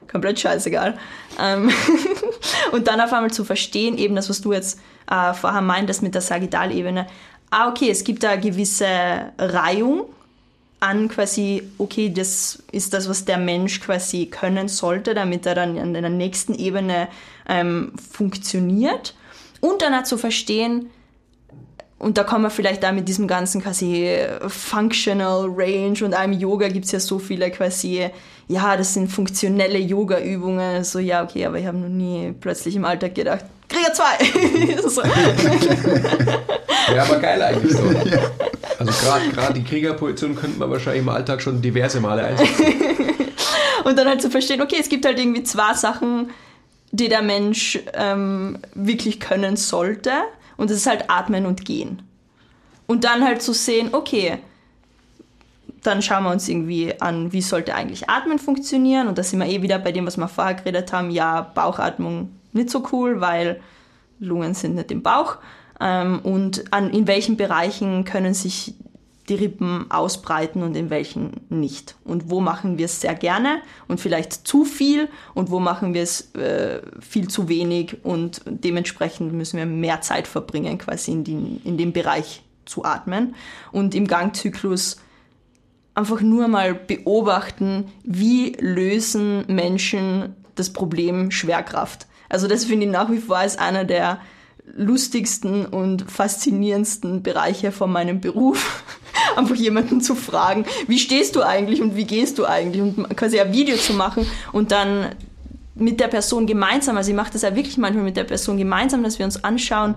komplett scheißegal. Und dann auf einmal zu verstehen, eben das, was du jetzt vorher meintest mit der Sagittalebene, okay, es gibt da eine gewisse Reihung an quasi, okay, das ist das, was der Mensch quasi können sollte, damit er dann an der nächsten Ebene funktioniert. Und dann auch zu verstehen, und da kommen wir vielleicht da mit diesem ganzen quasi Functional Range und einem Yoga gibt es ja so viele quasi, ja, das sind funktionelle Yoga-Übungen. So, ja, okay, aber ich habe noch nie plötzlich im Alltag gedacht, Krieger 2! So. Ja, aber geil eigentlich so. Also gerade die Kriegerposition könnte man wahrscheinlich im Alltag schon diverse Male einsetzen. Und dann halt zu verstehen, okay, es gibt halt irgendwie 2 Sachen, die der Mensch wirklich können sollte. Und das ist halt Atmen und Gehen. Und dann halt zu sehen, okay, dann schauen wir uns irgendwie an, wie sollte eigentlich Atmen funktionieren. Und da sind wir wieder bei dem, was wir vorher geredet haben. Ja, Bauchatmung nicht so cool, weil Lungen sind nicht im Bauch. Und in welchen Bereichen können sich die Rippen ausbreiten und in welchen nicht. Und wo machen wir es sehr gerne und vielleicht zu viel und wo machen wir es viel zu wenig und dementsprechend müssen wir mehr Zeit verbringen, quasi in dem Bereich zu atmen. Und im Gangzyklus einfach nur mal beobachten, wie lösen Menschen das Problem Schwerkraft. Also das finde ich nach wie vor als einer der lustigsten und faszinierendsten Bereiche von meinem Beruf, einfach jemanden zu fragen, wie stehst du eigentlich und wie gehst du eigentlich und quasi ein Video zu machen und dann mit der Person gemeinsam, also ich mache das ja wirklich manchmal mit der Person gemeinsam, dass wir uns anschauen,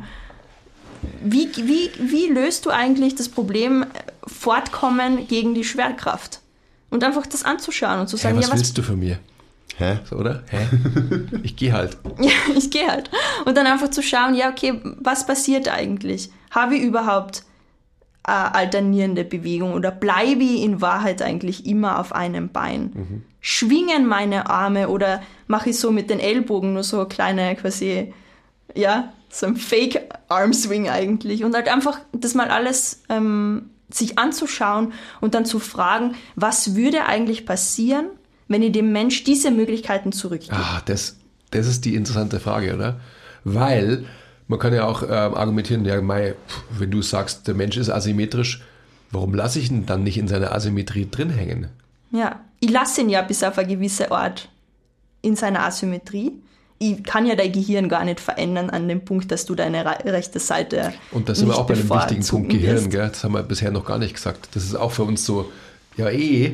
wie löst du eigentlich das Problem Fortkommen gegen die Schwerkraft? Und einfach das anzuschauen und zu sagen, was willst du von mir? Hä? So, oder? Hä? Ich gehe halt. Ja, ich gehe halt. Und dann einfach zu schauen, ja, okay, was passiert eigentlich? Habe ich überhaupt eine alternierende Bewegung oder bleibe ich in Wahrheit eigentlich immer auf einem Bein? Schwingen meine Arme oder mache ich so mit den Ellbogen nur so kleine quasi, ja, so ein Fake-Arm-Swing eigentlich? Und halt einfach das mal alles sich anzuschauen und dann zu fragen, was würde eigentlich passieren, wenn ihr dem Mensch diese Möglichkeiten zurückgibt? Das ist die interessante Frage, oder? Weil man kann ja auch argumentieren, ja, wenn du sagst, der Mensch ist asymmetrisch, warum lasse ich ihn dann nicht in seiner Asymmetrie drin hängen? Ja, ich lasse ihn ja bis auf eine gewisse Art in seiner Asymmetrie. Ich kann ja dein Gehirn gar nicht verändern an dem Punkt, dass du deine rechte Seite Und da sind wir auch bei einem wichtigen Punkt Gehirn, gell? Das haben wir bisher noch gar nicht gesagt. Das ist auch für uns so, ja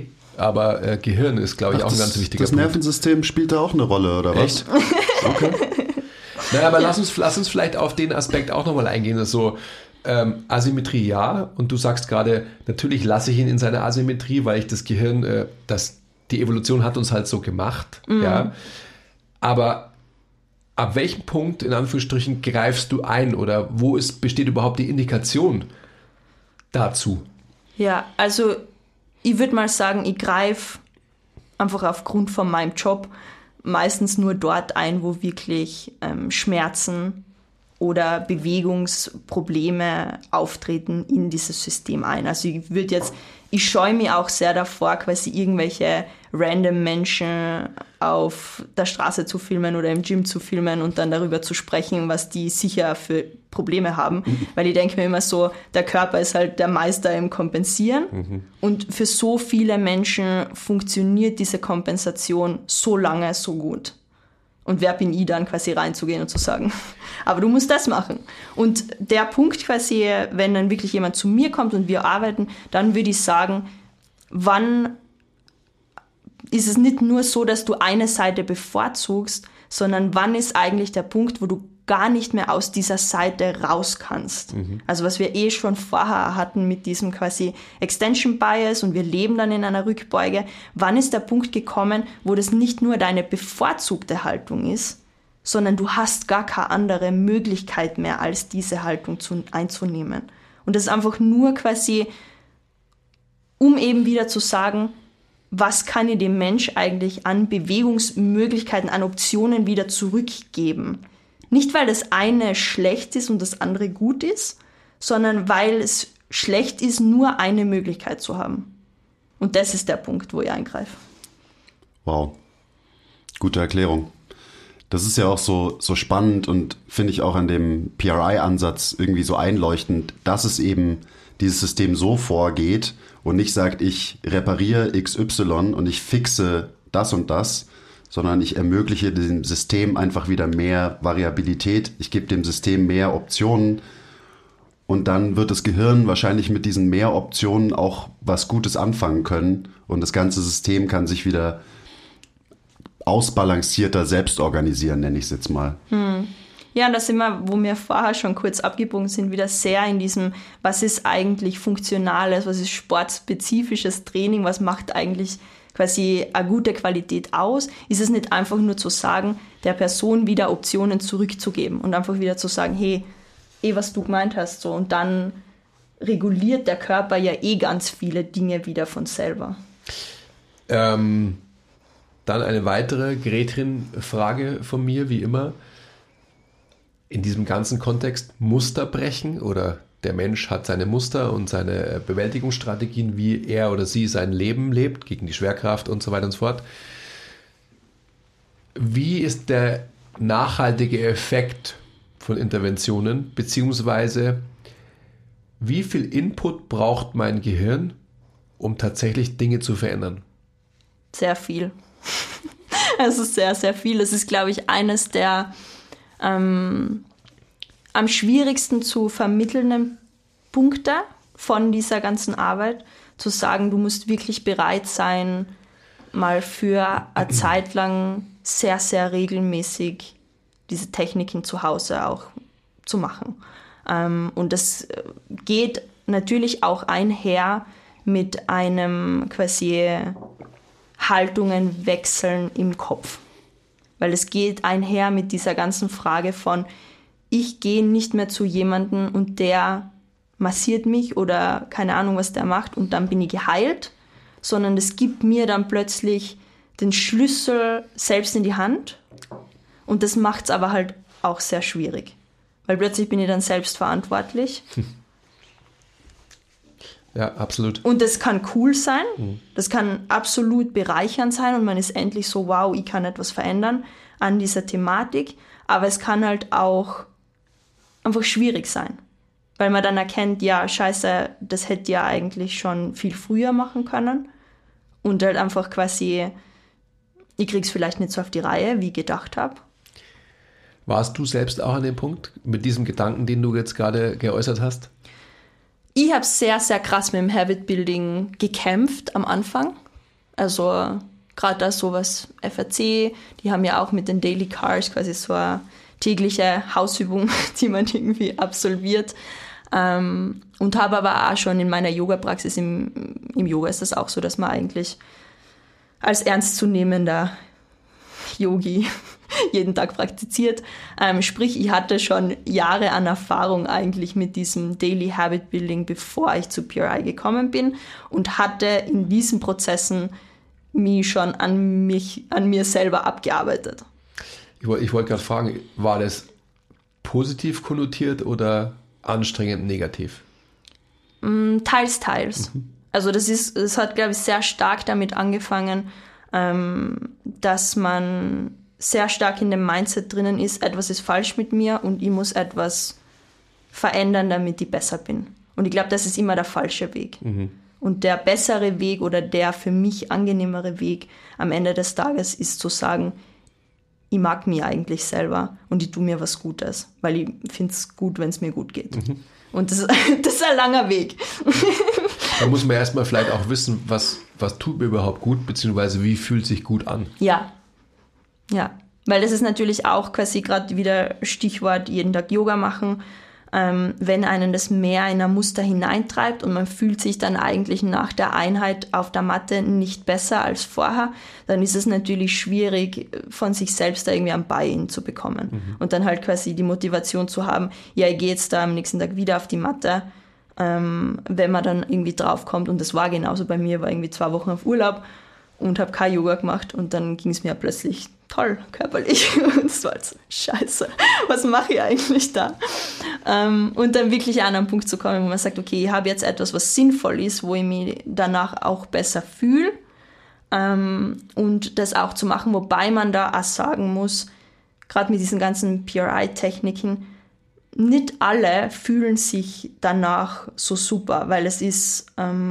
aber Gehirn ist, glaube ich, auch ein ganz wichtiger Punkt. Das Nervensystem spielt da auch eine Rolle, oder was? Echt? Okay. Naja, aber lass uns vielleicht auf den Aspekt auch nochmal eingehen. Also Asymmetrie ja, und du sagst gerade, natürlich lasse ich ihn in seiner Asymmetrie, weil ich das Gehirn, die Evolution hat uns halt so gemacht. Ja. Aber ab welchem Punkt, in Anführungsstrichen, greifst du ein oder wo besteht überhaupt die Indikation dazu? Ja, also ich würde mal sagen, ich greife einfach aufgrund von meinem Job meistens nur dort ein, wo wirklich Schmerzen oder Bewegungsprobleme auftreten in dieses System ein. Also ich scheue mich auch sehr davor, quasi irgendwelche random Menschen auf der Straße zu filmen oder im Gym zu filmen und dann darüber zu sprechen, was die sicher für Probleme haben. Weil ich denke mir immer so, der Körper ist halt der Meister im Kompensieren. Und für so viele Menschen funktioniert diese Kompensation so lange so gut. Und wer bin ich dann quasi reinzugehen und zu sagen, aber du musst das machen. Und der Punkt quasi, wenn dann wirklich jemand zu mir kommt und wir arbeiten, dann würde ich sagen, wann ist es nicht nur so, dass du eine Seite bevorzugst, sondern wann ist eigentlich der Punkt, wo du gar nicht mehr aus dieser Seite raus kannst. Also was wir schon vorher hatten mit diesem quasi Extension Bias und wir leben dann in einer Rückbeuge. Wann ist der Punkt gekommen, wo das nicht nur deine bevorzugte Haltung ist, sondern du hast gar keine andere Möglichkeit mehr, als diese Haltung einzunehmen. Und das ist einfach nur quasi, um eben wieder zu sagen, was kann ich dem Mensch eigentlich an Bewegungsmöglichkeiten, an Optionen wieder zurückgeben? Nicht, weil das eine schlecht ist und das andere gut ist, sondern weil es schlecht ist, nur eine Möglichkeit zu haben. Und das ist der Punkt, wo ich eingreife. Wow. Gute Erklärung. Das ist ja auch so spannend und finde ich auch an dem PRI-Ansatz irgendwie so einleuchtend, dass es eben dieses System so vorgeht und nicht sagt, ich repariere XY und ich fixe das und das, sondern ich ermögliche dem System einfach wieder mehr Variabilität. Ich gebe dem System mehr Optionen und dann wird das Gehirn wahrscheinlich mit diesen mehr Optionen auch was Gutes anfangen können und das ganze System kann sich wieder ausbalancierter selbst organisieren, nenne ich es jetzt mal. Ja, und da sind wir, wo wir vorher schon kurz abgebogen sind, wieder sehr in diesem, was ist eigentlich funktionales, was ist sportspezifisches Training, was macht eigentlich quasi eine gute Qualität aus? Ist es nicht einfach nur zu sagen, der Person wieder Optionen zurückzugeben und einfach wieder zu sagen, hey, was du gemeint hast, so, und dann reguliert der Körper ja ganz viele Dinge wieder von selber. Dann eine weitere Gretchen-Frage von mir, wie immer. In diesem ganzen Kontext Muster brechen oder der Mensch hat seine Muster und seine Bewältigungsstrategien, wie er oder sie sein Leben lebt, gegen die Schwerkraft und so weiter und so fort. Wie ist der nachhaltige Effekt von Interventionen, beziehungsweise wie viel Input braucht mein Gehirn, um tatsächlich Dinge zu verändern? Sehr viel. Also sehr, sehr viel. Es ist, glaube ich, eines der am schwierigsten zu vermittelnden Punkte von dieser ganzen Arbeit, zu sagen, du musst wirklich bereit sein, mal für eine Zeit lang sehr, sehr regelmäßig diese Techniken zu Hause auch zu machen. Und das geht natürlich auch einher mit einem quasi Haltungen wechseln im Kopf. Weil es geht einher mit dieser ganzen Frage von, ich gehe nicht mehr zu jemandem und der massiert mich oder keine Ahnung, was der macht und dann bin ich geheilt, sondern es gibt mir dann plötzlich den Schlüssel selbst in die Hand und das macht es aber halt auch sehr schwierig. Weil plötzlich bin ich dann selbst verantwortlich. Ja, absolut. Und das kann cool sein, das kann absolut bereichernd sein und man ist endlich so, wow, ich kann etwas verändern an dieser Thematik, aber es kann halt auch einfach schwierig sein, weil man dann erkennt, ja, scheiße, das hätte ja eigentlich schon viel früher machen können und halt einfach quasi, ich krieg's vielleicht nicht so auf die Reihe, wie ich gedacht habe. Warst du selbst auch an dem Punkt mit diesem Gedanken, den du jetzt gerade geäußert hast? Ich habe sehr, sehr krass mit dem Habit-Building gekämpft am Anfang. Also gerade da sowas FRC, die haben ja auch mit den Daily Cars quasi so eine tägliche Hausübung, die man irgendwie absolviert. Und habe aber auch schon in meiner Yoga-Praxis, im Yoga ist das auch so, dass man eigentlich als ernstzunehmender Yogi jeden Tag praktiziert. Sprich, ich hatte schon Jahre an Erfahrung eigentlich mit diesem Daily Habit Building, bevor ich zu PRI gekommen bin und hatte in diesen Prozessen mich schon an mir selber abgearbeitet. Ich wollte gerade fragen, war das positiv konnotiert oder anstrengend negativ? Teils, teils. Also das hat, glaube ich, sehr stark damit angefangen, dass man sehr stark in dem Mindset drinnen ist, etwas ist falsch mit mir und ich muss etwas verändern, damit ich besser bin. Und ich glaube, das ist immer der falsche Weg. Und der bessere Weg oder der für mich angenehmere Weg am Ende des Tages ist zu sagen, ich mag mich eigentlich selber und ich tue mir was Gutes, weil ich finde es gut, wenn es mir gut geht. Und das ist ein langer Weg. Da muss man erstmal vielleicht auch wissen, was tut mir überhaupt gut, beziehungsweise wie fühlt sich gut an. Ja, weil das ist natürlich auch quasi gerade wieder Stichwort jeden Tag Yoga machen. Wenn einen das mehr in ein Muster hineintreibt und man fühlt sich dann eigentlich nach der Einheit auf der Matte nicht besser als vorher, dann ist es natürlich schwierig, von sich selbst da irgendwie ein Buy-in zu bekommen. Und dann halt quasi die Motivation zu haben, ja, ich gehe jetzt da am nächsten Tag wieder auf die Matte, wenn man dann irgendwie draufkommt. Und das war genauso bei mir, war irgendwie 2 Wochen auf Urlaub und habe kein Yoga gemacht und dann ging es mir plötzlich toll körperlich und es war halt so, scheiße, was mache ich eigentlich da? Und dann wirklich an einen Punkt zu kommen, wo man sagt, okay, ich habe jetzt etwas, was sinnvoll ist, wo ich mich danach auch besser fühle, und das auch zu machen, wobei man da auch sagen muss, gerade mit diesen ganzen PRI-Techniken, nicht alle fühlen sich danach so super, weil es ist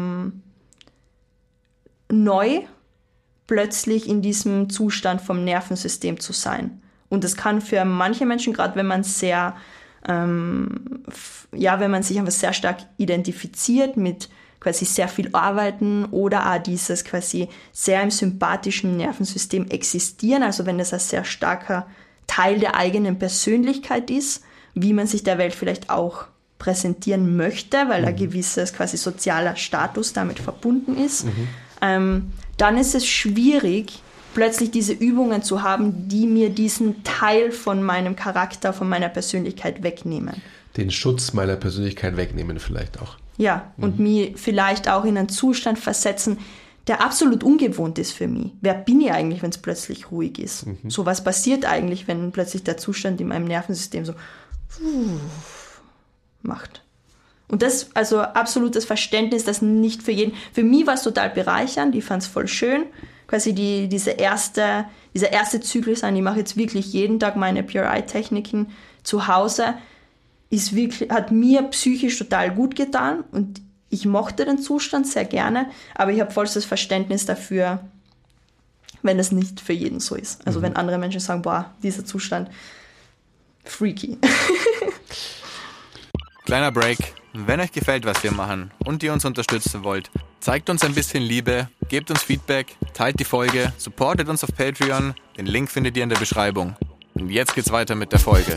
neu, plötzlich in diesem Zustand vom Nervensystem zu sein. Und das kann für manche Menschen, gerade wenn man sehr, wenn man sich einfach sehr stark identifiziert mit quasi sehr viel Arbeiten oder auch dieses quasi sehr im sympathischen Nervensystem existieren, also wenn das ein sehr starker Teil der eigenen Persönlichkeit ist, wie man sich der Welt vielleicht auch präsentieren möchte, weil ein gewisses quasi sozialer Status damit verbunden ist, dann ist es schwierig, plötzlich diese Übungen zu haben, die mir diesen Teil von meinem Charakter, von meiner Persönlichkeit wegnehmen. Den Schutz meiner Persönlichkeit wegnehmen vielleicht auch. Ja, und mich vielleicht auch in einen Zustand versetzen, der absolut ungewohnt ist für mich. Wer bin ich eigentlich, wenn es plötzlich ruhig ist? So, was passiert eigentlich, wenn plötzlich der Zustand in meinem Nervensystem so macht? Und das, also absolutes Verständnis, das nicht für jeden. Für mich war es total bereichernd, ich fand es voll schön. Quasi dieser erste Zyklus an, ich mache jetzt wirklich jeden Tag meine PRI-Techniken zu Hause, hat mir psychisch total gut getan und ich mochte den Zustand sehr gerne, aber ich habe vollstes Verständnis dafür, wenn es nicht für jeden so ist. Also wenn andere Menschen sagen, boah, dieser Zustand, freaky. Kleiner Break. Wenn euch gefällt, was wir machen und ihr uns unterstützen wollt, zeigt uns ein bisschen Liebe, gebt uns Feedback, teilt die Folge, supportet uns auf Patreon. Den Link findet ihr in der Beschreibung. Und jetzt geht's weiter mit der Folge.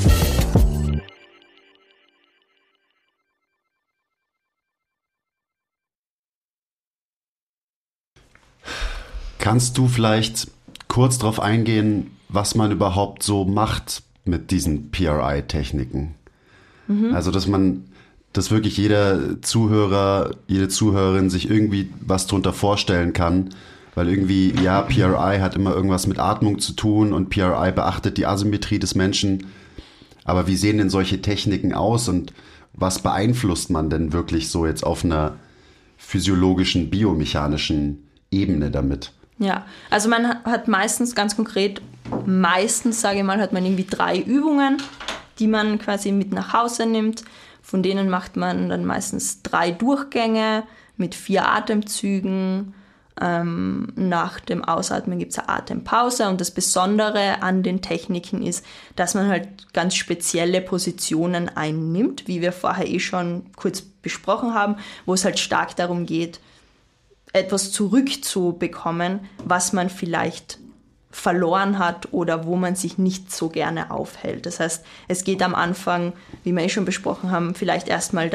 Kannst du vielleicht kurz darauf eingehen, was man überhaupt so macht mit diesen PRI-Techniken? Also, dass wirklich jeder Zuhörer, jede Zuhörerin sich irgendwie was drunter vorstellen kann, weil irgendwie, ja, PRI hat immer irgendwas mit Atmung zu tun und PRI beachtet die Asymmetrie des Menschen. Aber wie sehen denn solche Techniken aus und was beeinflusst man denn wirklich so jetzt auf einer physiologischen, biomechanischen Ebene damit? Ja, also man hat meistens, ganz konkret, sage ich mal, hat man irgendwie 3 Übungen, die man quasi mit nach Hause nimmt. Von denen macht man dann meistens 3 Durchgänge mit 4 Atemzügen. Nach dem Ausatmen gibt es eine Atempause und das Besondere an den Techniken ist, dass man halt ganz spezielle Positionen einnimmt, wie wir vorher schon kurz besprochen haben, wo es halt stark darum geht, etwas zurückzubekommen, was man vielleicht verloren hat oder wo man sich nicht so gerne aufhält. Das heißt, es geht am Anfang, wie wir schon besprochen haben, vielleicht erstmal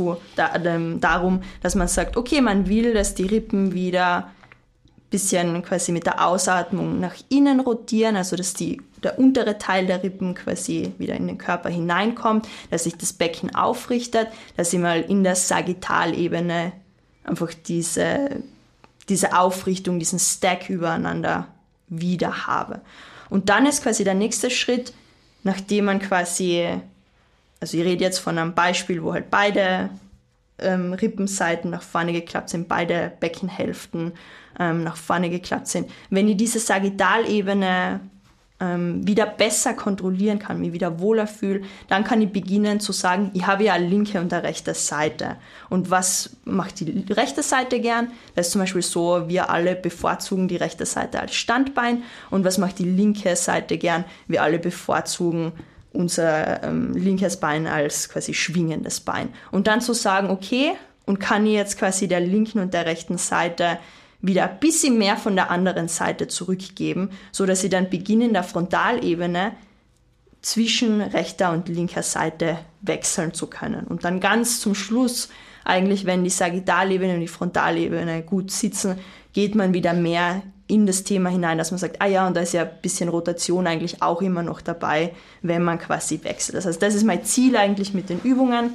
darum, dass man sagt, okay, man will, dass die Rippen wieder ein bisschen quasi mit der Ausatmung nach innen rotieren, also dass der untere Teil der Rippen quasi wieder in den Körper hineinkommt, dass sich das Becken aufrichtet, dass ich mal in der Sagittalebene einfach diese Aufrichtung, diesen Stack übereinander wieder habe. Und dann ist quasi der nächste Schritt, nachdem man quasi, also ich rede jetzt von einem Beispiel, wo halt beide Rippenseiten nach vorne geklappt sind, beide Beckenhälften nach vorne geklappt sind. Wenn ich diese Sagittalebene wieder besser kontrollieren kann, mich wieder wohler fühle, dann kann ich beginnen zu sagen, ich habe ja eine linke und eine rechte Seite. Und was macht die rechte Seite gern? Das ist zum Beispiel so, wir alle bevorzugen die rechte Seite als Standbein. Und was macht die linke Seite gern? Wir alle bevorzugen unser linkes Bein als quasi schwingendes Bein. Und dann zu sagen, okay, und kann ich jetzt quasi der linken und der rechten Seite wieder ein bisschen mehr von der anderen Seite zurückgeben, so dass ich dann beginne in der Frontalebene zwischen rechter und linker Seite wechseln zu können. Und dann ganz zum Schluss, eigentlich wenn die Sagittallebene und die Frontalebene gut sitzen, geht man wieder mehr in das Thema hinein, dass man sagt, ah ja, und da ist ja ein bisschen Rotation eigentlich auch immer noch dabei, wenn man quasi wechselt. Das heißt, das ist mein Ziel eigentlich mit den Übungen.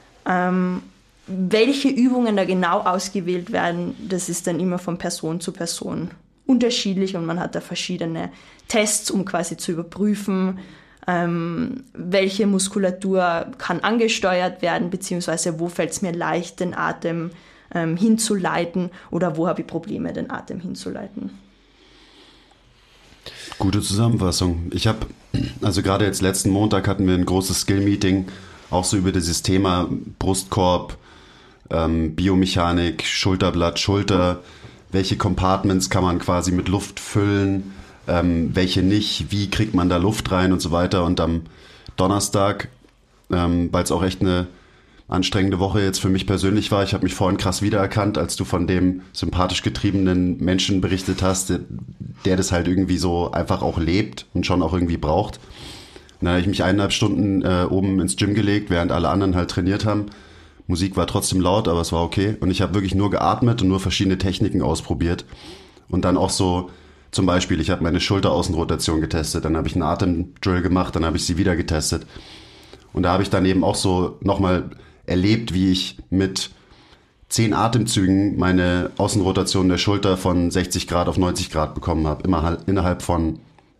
Welche Übungen da genau ausgewählt werden, das ist dann immer von Person zu Person unterschiedlich und man hat da verschiedene Tests, um quasi zu überprüfen, welche Muskulatur kann angesteuert werden, beziehungsweise wo fällt es mir leicht, den Atem hinzuleiten oder wo habe ich Probleme, den Atem hinzuleiten. Gute Zusammenfassung. Also gerade jetzt letzten Montag hatten wir ein großes Skill-Meeting, auch so über dieses Thema Brustkorb, Biomechanik, Schulterblatt, Schulter, welche Compartments kann man quasi mit Luft füllen, welche nicht, wie kriegt man da Luft rein und so weiter. Und am Donnerstag, weil es auch echt eine anstrengende Woche jetzt für mich persönlich war, ich habe mich vorhin krass wiedererkannt, als du von dem sympathisch getriebenen Menschen berichtet hast, der das halt irgendwie so einfach auch lebt und schon auch irgendwie braucht. Und dann habe ich mich 1,5 Stunden oben ins Gym gelegt, während alle anderen halt trainiert haben. Musik war trotzdem laut, aber es war okay. Und ich habe wirklich nur geatmet und nur verschiedene Techniken ausprobiert. Und dann auch so, zum Beispiel, ich habe meine Schulteraußenrotation getestet, dann habe ich einen Atemdrill gemacht, dann habe ich sie wieder getestet. Und da habe ich dann eben auch so nochmal erlebt, wie ich mit 10 Atemzügen meine Außenrotation der Schulter von 60 Grad auf 90 Grad bekommen habe. Immer innerhalb von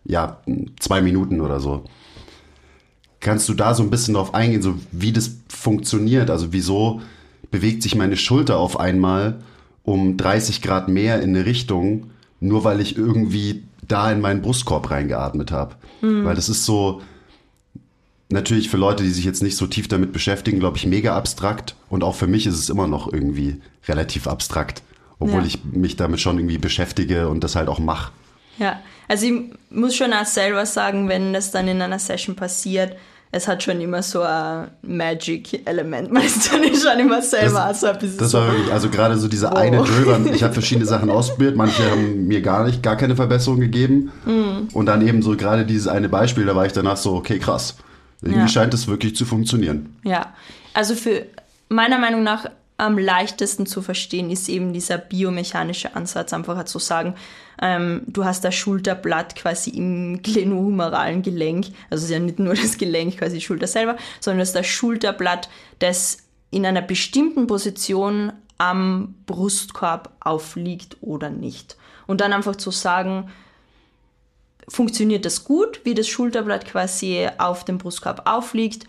2 Minuten oder so. Kannst du da so ein bisschen drauf eingehen, so wie das funktioniert? Also wieso bewegt sich meine Schulter auf einmal um 30 Grad mehr in eine Richtung, nur weil ich irgendwie da in meinen Brustkorb reingeatmet habe? Weil das ist so, natürlich für Leute, die sich jetzt nicht so tief damit beschäftigen, glaube ich, mega abstrakt. Und auch für mich ist es immer noch irgendwie relativ abstrakt, obwohl ich mich damit schon irgendwie beschäftige und das halt auch mache. Ja, also ich muss schon auch selber sagen, wenn das dann in einer Session passiert, es hat schon immer so ein Magic-Element. Man ist dann schon immer selber so ein bisschen. Das war wirklich, also gerade so diese eine Drill, ich habe verschiedene Sachen ausprobiert, manche haben mir gar keine Verbesserung gegeben. Und dann eben so gerade dieses eine Beispiel, da war ich danach so, okay, krass. Irgendwie scheint es wirklich zu funktionieren. Ja, also für meiner Meinung nach am leichtesten zu verstehen ist eben dieser biomechanische Ansatz, einfach zu sagen, du hast das Schulterblatt quasi im glenohumeralen Gelenk, also es ist ja nicht nur das Gelenk, quasi die Schulter selber, sondern es ist das Schulterblatt, das in einer bestimmten Position am Brustkorb aufliegt oder nicht. Und dann einfach zu sagen, funktioniert das gut, wie das Schulterblatt quasi auf dem Brustkorb aufliegt,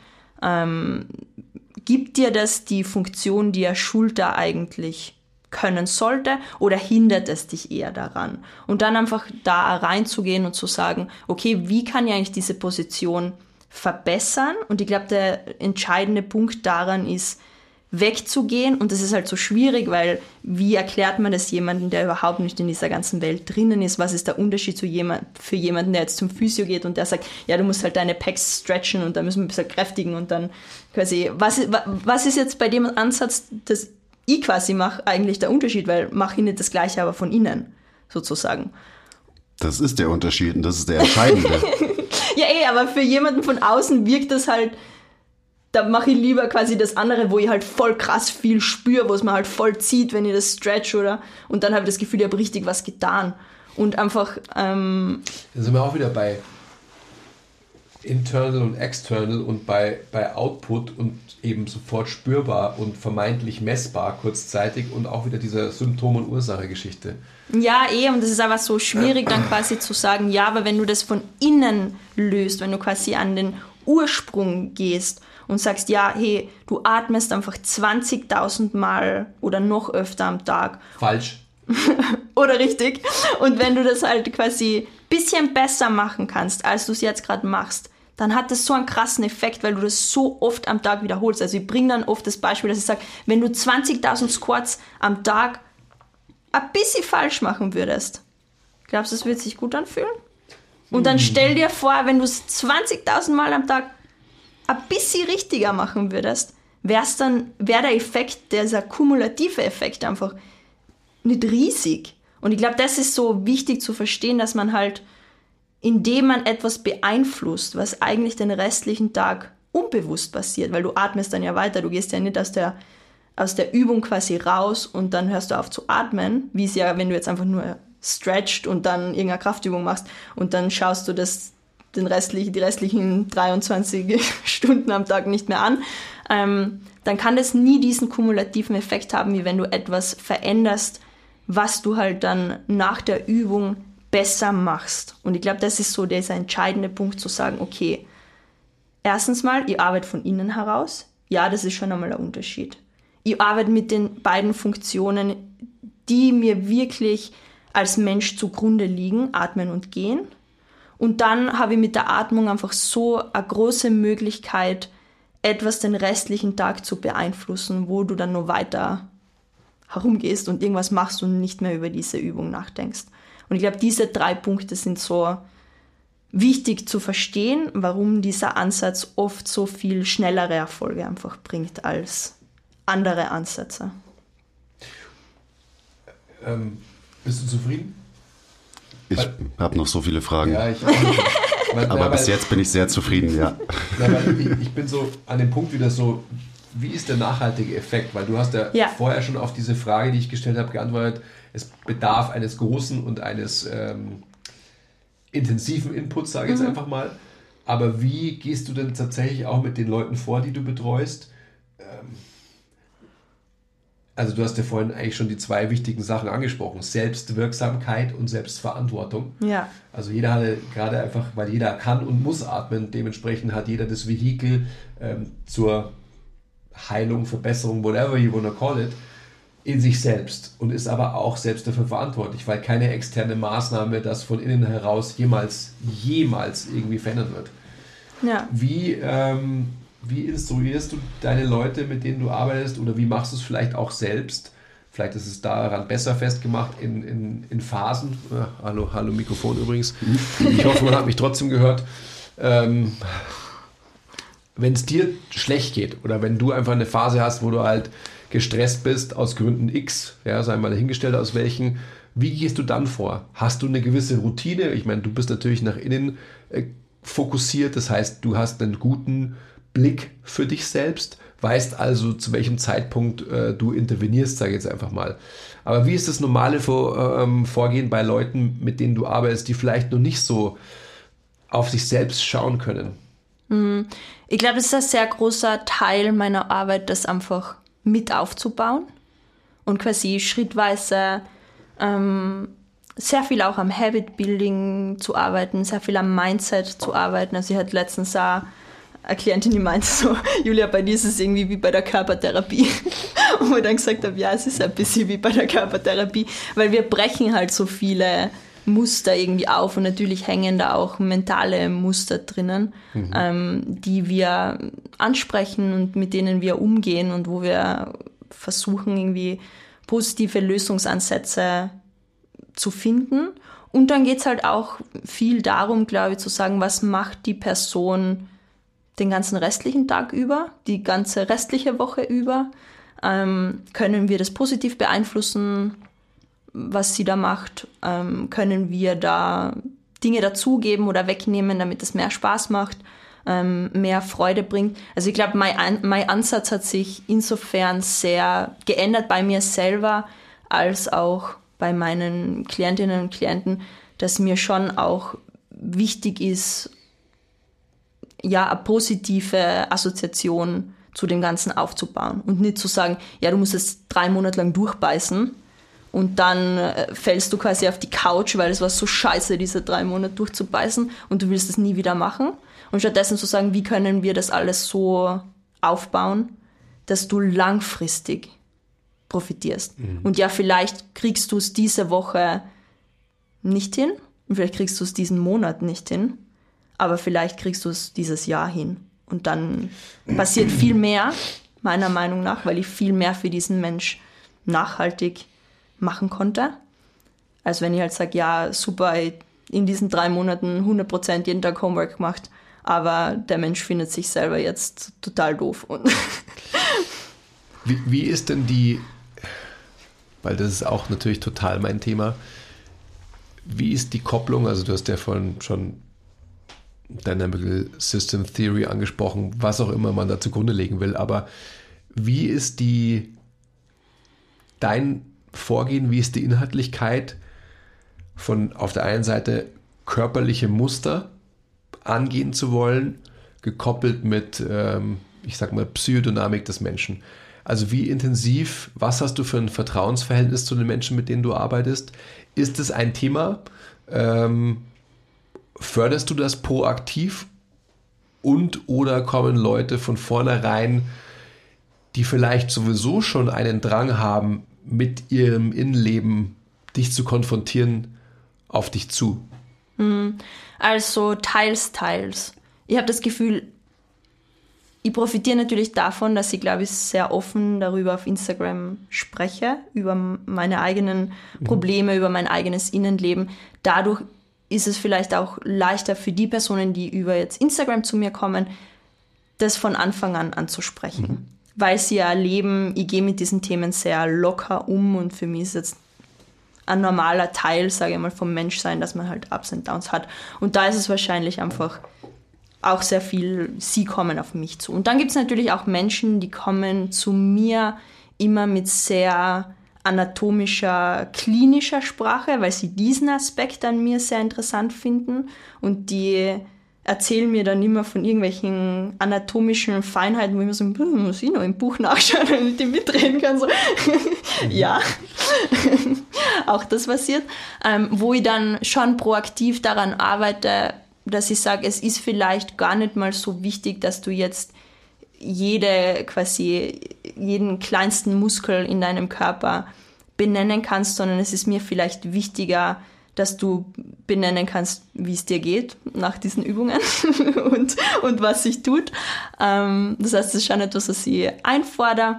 gibt dir das die Funktion, die eine Schulter eigentlich können sollte, oder hindert es dich eher daran? Und dann einfach da reinzugehen und zu sagen, okay, wie kann ich eigentlich diese Position verbessern? Und ich glaube, der entscheidende Punkt daran ist, wegzugehen. Und das ist halt so schwierig, weil wie erklärt man das jemandem, der überhaupt nicht in dieser ganzen Welt drinnen ist? Was ist der Unterschied für jemanden, der jetzt zum Physio geht und der sagt, ja, du musst halt deine Pecs stretchen und da müssen wir ein bisschen kräftigen und dann quasi, was ist jetzt bei dem Ansatz, das ich quasi mache, eigentlich der Unterschied? Weil mache ich nicht das Gleiche, aber von innen, sozusagen. Das ist der Unterschied und das ist der entscheidende. Ja, aber für jemanden von außen wirkt das halt, da mache ich lieber quasi das andere, wo ich halt voll krass viel spüre, wo es mir halt voll zieht, wenn ich das stretch, oder? Und dann habe ich das Gefühl, ich habe richtig was getan. Und einfach... Da sind wir auch wieder bei Internal und External und bei Output und eben sofort spürbar und vermeintlich messbar kurzzeitig und auch wieder diese Symptom- und Ursache-Geschichte. Ja, und das ist aber so schwierig dann quasi zu sagen, ja, aber wenn du das von innen löst, wenn du quasi an den Ursprung gehst und sagst, ja, hey, du atmest einfach 20.000 Mal oder noch öfter am Tag. Falsch. Oder richtig. Und wenn du das halt quasi ein bisschen besser machen kannst, als du es jetzt gerade machst, dann hat das so einen krassen Effekt, weil du das so oft am Tag wiederholst. Also ich bringe dann oft das Beispiel, dass ich sage, wenn du 20.000 Squats am Tag ein bisschen falsch machen würdest, glaubst du, es würde sich gut anfühlen? Und dann stell dir vor, wenn du es 20.000 Mal am Tag ein bisschen richtiger machen würdest, wäre der Effekt, dieser kumulative Effekt einfach nicht riesig. Und ich glaube, das ist so wichtig zu verstehen, dass man halt, indem man etwas beeinflusst, was eigentlich den restlichen Tag unbewusst passiert, weil du atmest dann ja weiter, du gehst ja nicht aus der Übung quasi raus und dann hörst du auf zu atmen, wie es ja, wenn du jetzt einfach nur stretcht und dann irgendeine Kraftübung machst und dann schaust du die restlichen 23 Stunden am Tag nicht mehr an, dann kann das nie diesen kumulativen Effekt haben, wie wenn du etwas veränderst, was du halt dann nach der Übung besser machst. Und ich glaube, das ist so dieser entscheidende Punkt, zu sagen, okay, erstens mal, ich arbeite von innen heraus. Ja, das ist schon einmal ein Unterschied. ich arbeite mit den beiden Funktionen, die mir wirklich als Mensch zugrunde liegen, atmen und gehen. Und dann habe ich mit der Atmung einfach so eine große Möglichkeit, etwas den restlichen Tag zu beeinflussen, wo du dann nur weiter herumgehst und irgendwas machst und nicht mehr über diese Übung nachdenkst. Und ich glaube, diese 3 Punkte sind so wichtig zu verstehen, warum dieser Ansatz oft so viel schnellere Erfolge einfach bringt als andere Ansätze. Bist du zufrieden? Ich habe noch so viele Fragen. Ja, aber bis jetzt bin ich sehr zufrieden, ja. Ich bin so an dem Punkt wieder so, wie ist der nachhaltige Effekt? Weil du hast ja vorher schon auf diese Frage, die ich gestellt habe, geantwortet, es bedarf eines großen und eines intensiven Inputs, sage ich jetzt einfach mal. Aber wie gehst du denn tatsächlich auch mit den Leuten vor, die du betreust? Also du hast ja vorhin eigentlich schon die 2 wichtigen Sachen angesprochen. Selbstwirksamkeit und Selbstverantwortung. Ja. Also jeder hat gerade einfach, weil jeder kann und muss atmen, dementsprechend hat jeder das Vehikel zur Heilung, Verbesserung, whatever you wanna call it, in sich selbst und ist aber auch selbst dafür verantwortlich, weil keine externe Maßnahme das von innen heraus jemals irgendwie verändern wird. Ja. Wie instruierst du deine Leute, mit denen du arbeitest, oder wie machst du es vielleicht auch selbst? Vielleicht ist es daran besser festgemacht in Phasen. Hallo Mikrofon übrigens. Ich hoffe, man hat mich trotzdem gehört. Wenn es dir schlecht geht oder wenn du einfach eine Phase hast, wo du halt gestresst bist aus Gründen X, ja, sei mal dahingestellt aus welchen, wie gehst du dann vor? Hast du eine gewisse Routine? Ich meine, du bist natürlich nach innen fokussiert, das heißt, du hast einen guten Blick für dich selbst, weißt also, zu welchem Zeitpunkt du intervenierst, sage ich jetzt einfach mal. Aber wie ist das normale Vorgehen bei Leuten, mit denen du arbeitest, die vielleicht noch nicht so auf sich selbst schauen können? Ich glaube, es ist ein sehr großer Teil meiner Arbeit, das einfach mit aufzubauen und quasi schrittweise sehr viel auch am Habit-Building zu arbeiten, sehr viel am Mindset zu arbeiten. Also ich hatte letztens auch eine Klientin, die meinte so, Julia, bei dir ist es irgendwie wie bei der Körpertherapie. Und wir dann gesagt haben, ja, es ist ein bisschen wie bei der Körpertherapie, weil wir brechen halt so viele Muster irgendwie auf und natürlich hängen da auch mentale Muster drinnen, die wir ansprechen und mit denen wir umgehen und wo wir versuchen, irgendwie positive Lösungsansätze zu finden. Und dann geht es halt auch viel darum, glaube ich, zu sagen, was macht die Person den ganzen restlichen Tag über, die ganze restliche Woche über. Können wir das positiv beeinflussen, was sie da macht? Können wir da Dinge dazugeben oder wegnehmen, damit es mehr Spaß macht, mehr Freude bringt? Also ich glaube, mein Ansatz hat sich insofern sehr geändert bei mir selber, als auch bei meinen Klientinnen und Klienten, dass mir schon auch wichtig ist, ja, eine positive Assoziation zu dem Ganzen aufzubauen und nicht zu sagen, ja, du musst es 3 Monate lang durchbeißen und dann fällst du quasi auf die Couch, weil es war so scheiße, diese 3 Monate durchzubeißen und du willst es nie wieder machen. Und stattdessen zu sagen, wie können wir das alles so aufbauen, dass du langfristig profitierst. Und ja, vielleicht kriegst du es diese Woche nicht hin und vielleicht kriegst du es diesen Monat nicht hin, aber vielleicht kriegst du es dieses Jahr hin. Und dann passiert viel mehr, meiner Meinung nach, weil ich viel mehr für diesen Mensch nachhaltig machen konnte, als wenn ich halt sage, ja, super, in diesen 3 Monaten 100% jeden Tag Homework gemacht, aber der Mensch findet sich selber jetzt total doof. Wie ist denn weil das ist auch natürlich total mein Thema, wie ist die Kopplung, also du hast ja vorhin schon Dynamical System Theory angesprochen, was auch immer man da zugrunde legen will, aber wie ist dein Vorgehen, wie ist die Inhaltlichkeit von auf der einen Seite körperliche Muster angehen zu wollen, gekoppelt mit, ich sag mal, Psychodynamik des Menschen? Also wie intensiv, was hast du für ein Vertrauensverhältnis zu den Menschen, mit denen du arbeitest? Ist es ein Thema? Förderst du das proaktiv und oder kommen Leute von vornherein die vielleicht sowieso schon einen Drang haben, mit ihrem Innenleben dich zu konfrontieren, auf dich zu? Also teils. Ich habe das Gefühl, ich profitiere natürlich davon, dass ich, glaube ich, sehr offen darüber auf Instagram spreche, über meine eigenen Probleme, über mein eigenes Innenleben. Dadurch ist es vielleicht auch leichter für die Personen, die über jetzt Instagram zu mir kommen, das von Anfang an anzusprechen. Weil sie ja erleben, ich gehe mit diesen Themen sehr locker um und für mich ist jetzt ein normaler Teil, sage ich mal, vom Menschsein, dass man halt Ups und Downs hat. Und da ist es wahrscheinlich einfach auch sehr viel, sie kommen auf mich zu. Und dann gibt es natürlich auch Menschen, die kommen zu mir immer mit sehr anatomischer, klinischer Sprache, weil sie diesen Aspekt an mir sehr interessant finden und die erzählen mir dann immer von irgendwelchen anatomischen Feinheiten, wo ich mir so, muss ich noch im Buch nachschauen, damit ich mitreden kann. So. Ja, auch das passiert. Wo ich dann schon proaktiv daran arbeite, dass ich sage, es ist vielleicht gar nicht mal so wichtig, dass du jetzt jeden kleinsten Muskel in deinem Körper benennen kannst, sondern es ist mir vielleicht wichtiger, dass du benennen kannst, wie es dir geht nach diesen Übungen und was sich tut. Das heißt, es ist schon etwas, was ich einfordere.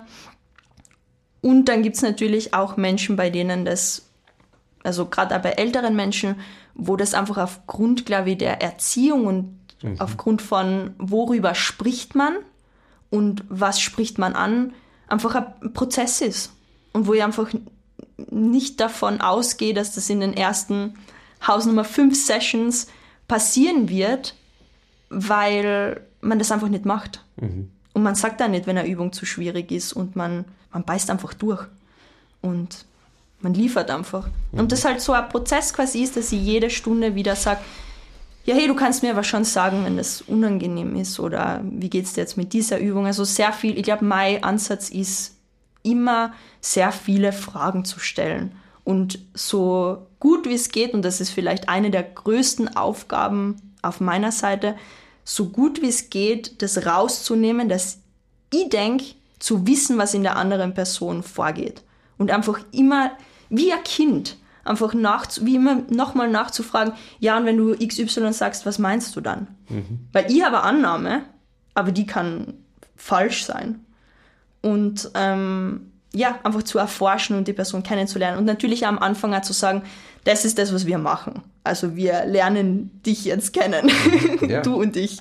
Und dann gibt es natürlich auch Menschen, bei denen das, also gerade auch bei älteren Menschen, wo das einfach aufgrund, glaube ich, der Erziehung und aufgrund von worüber spricht man und was spricht man an, einfach ein Prozess ist. Und wo ich einfach nicht davon ausgehe, dass das in den ersten Hausnummer 5 Sessions passieren wird, weil man das einfach nicht macht. Und man sagt dann nicht, wenn eine Übung zu schwierig ist und man beißt einfach durch. Und man liefert einfach. Und das halt so ein Prozess quasi ist, dass ich jede Stunde wieder sage, ja, hey, du kannst mir aber schon sagen, wenn das unangenehm ist oder wie geht's dir jetzt mit dieser Übung? Also sehr viel, ich glaube, mein Ansatz ist immer sehr viele Fragen zu stellen und so gut wie es geht, und das ist vielleicht eine der größten Aufgaben auf meiner Seite, so gut wie es geht, das rauszunehmen, dass ich denke, zu wissen, was in der anderen Person vorgeht. Und einfach immer wie ein Kind, einfach nochmal nachzufragen, ja, und wenn du XY sagst, was meinst du dann? Weil ich habe eine Annahme, aber die kann falsch sein. Und einfach zu erforschen und die Person kennenzulernen. Und natürlich am Anfang auch zu sagen, das ist das, was wir machen. Also wir lernen dich jetzt kennen, ja. Du und ich.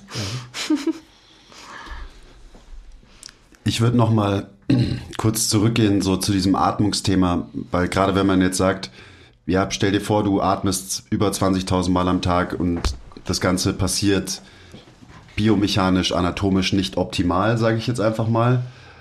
Ich würde noch mal kurz zurückgehen so zu diesem Atmungsthema, weil gerade wenn man jetzt sagt, ja, stell dir vor, du atmest über 20.000 Mal am Tag und das Ganze passiert biomechanisch, anatomisch nicht optimal, sage ich jetzt einfach mal.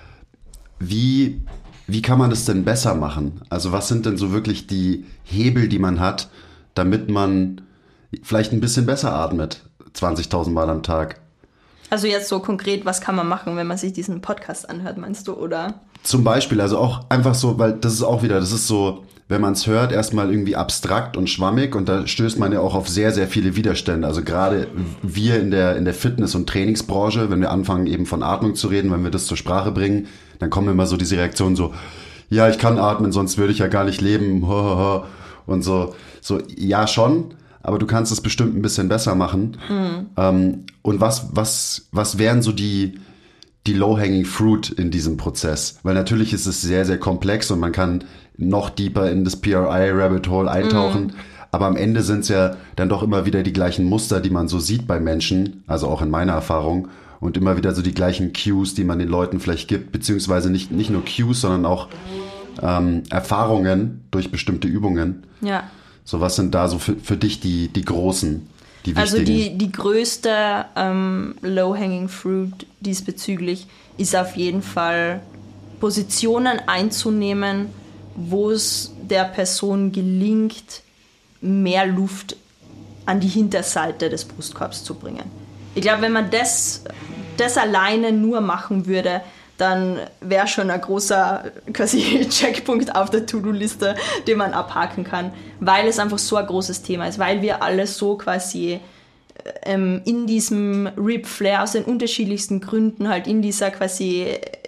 Wie kann man das denn besser machen? Also was sind denn so wirklich die Hebel, die man hat, damit man vielleicht ein bisschen besser atmet, 20.000 Mal am Tag? Also jetzt so konkret, was kann man machen, wenn man sich diesen Podcast anhört, meinst du, oder? Zum Beispiel, also auch einfach so, weil das ist so, wenn man es hört, erstmal irgendwie abstrakt und schwammig und da stößt man ja auch auf sehr, sehr viele Widerstände. Also gerade wir in der Fitness- und Trainingsbranche, wenn wir anfangen eben von Atmung zu reden, wenn wir das zur Sprache bringen, dann kommen immer so diese Reaktionen so, ja, ich kann atmen, sonst würde ich ja gar nicht leben, und so, ja schon, aber du kannst es bestimmt ein bisschen besser machen. Und was wären so die low-hanging fruit in diesem Prozess? Weil natürlich ist es sehr, sehr komplex und man kann noch deeper in das PRI-Rabbit Hole eintauchen. Aber am Ende sind es ja dann doch immer wieder die gleichen Muster, die man so sieht bei Menschen, also auch in meiner Erfahrung. Und immer wieder so die gleichen Cues, die man den Leuten vielleicht gibt, beziehungsweise nicht nur Cues, sondern auch Erfahrungen durch bestimmte Übungen. Ja. So, was sind da so für dich die großen, die wichtigen? Also die größte low-hanging fruit diesbezüglich ist auf jeden Fall Positionen einzunehmen, wo es der Person gelingt, mehr Luft an die Hinterseite des Brustkorbs zu bringen. Ich glaube, wenn man das alleine nur machen würde, dann wäre schon ein großer quasi Checkpunkt auf der To-Do-Liste, den man abhaken kann, weil es einfach so ein großes Thema ist, weil wir alle so quasi in diesem Rib Flare aus den unterschiedlichsten Gründen halt in dieser quasi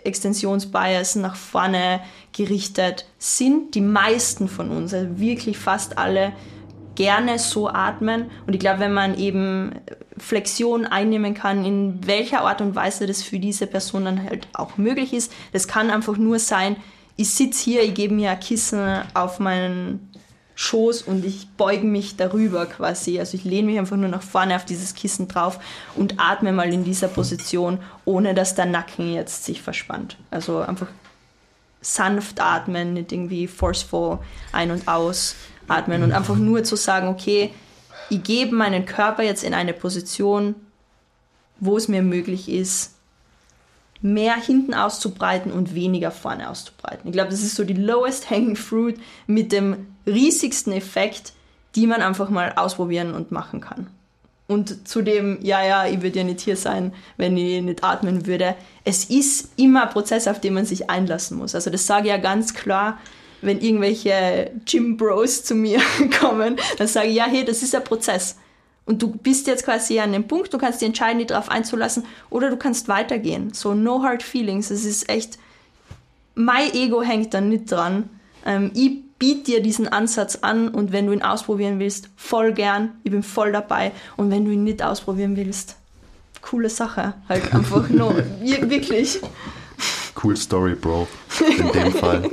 Extensionsbias nach vorne gerichtet sind. Die meisten von uns, also wirklich fast alle, gerne so atmen. Und ich glaube, wenn man eben Flexion einnehmen kann, in welcher Art und Weise das für diese Person dann halt auch möglich ist, das kann einfach nur sein, ich sitze hier, ich gebe mir ein Kissen auf meinen Schoß und ich beuge mich darüber quasi. Also ich lehne mich einfach nur nach vorne auf dieses Kissen drauf und atme mal in dieser Position, ohne dass der Nacken jetzt sich verspannt. Also einfach sanft atmen, nicht irgendwie forceful ein- und ausatmen und einfach nur zu sagen, okay, ich gebe meinen Körper jetzt in eine Position, wo es mir möglich ist, mehr hinten auszubreiten und weniger vorne auszubreiten. Ich glaube, das ist so die lowest hanging fruit mit dem riesigsten Effekt, die man einfach mal ausprobieren und machen kann. Und zudem, ich würde ja nicht hier sein, wenn ich nicht atmen würde. Es ist immer ein Prozess, auf den man sich einlassen muss. Also das sage ich ja ganz klar, wenn irgendwelche Gym-Bros zu mir kommen, dann sage ich, hey, das ist ein Prozess. Und du bist jetzt quasi an dem Punkt, du kannst dich entscheiden, dich darauf einzulassen, oder du kannst weitergehen. So no hard feelings. Es ist echt, mein Ego hängt da nicht dran. Ich biete dir diesen Ansatz an und wenn du ihn ausprobieren willst, voll gern. Ich bin voll dabei. Und wenn du ihn nicht ausprobieren willst, coole Sache. Halt einfach wirklich. Cool Story, Bro. In dem Fall.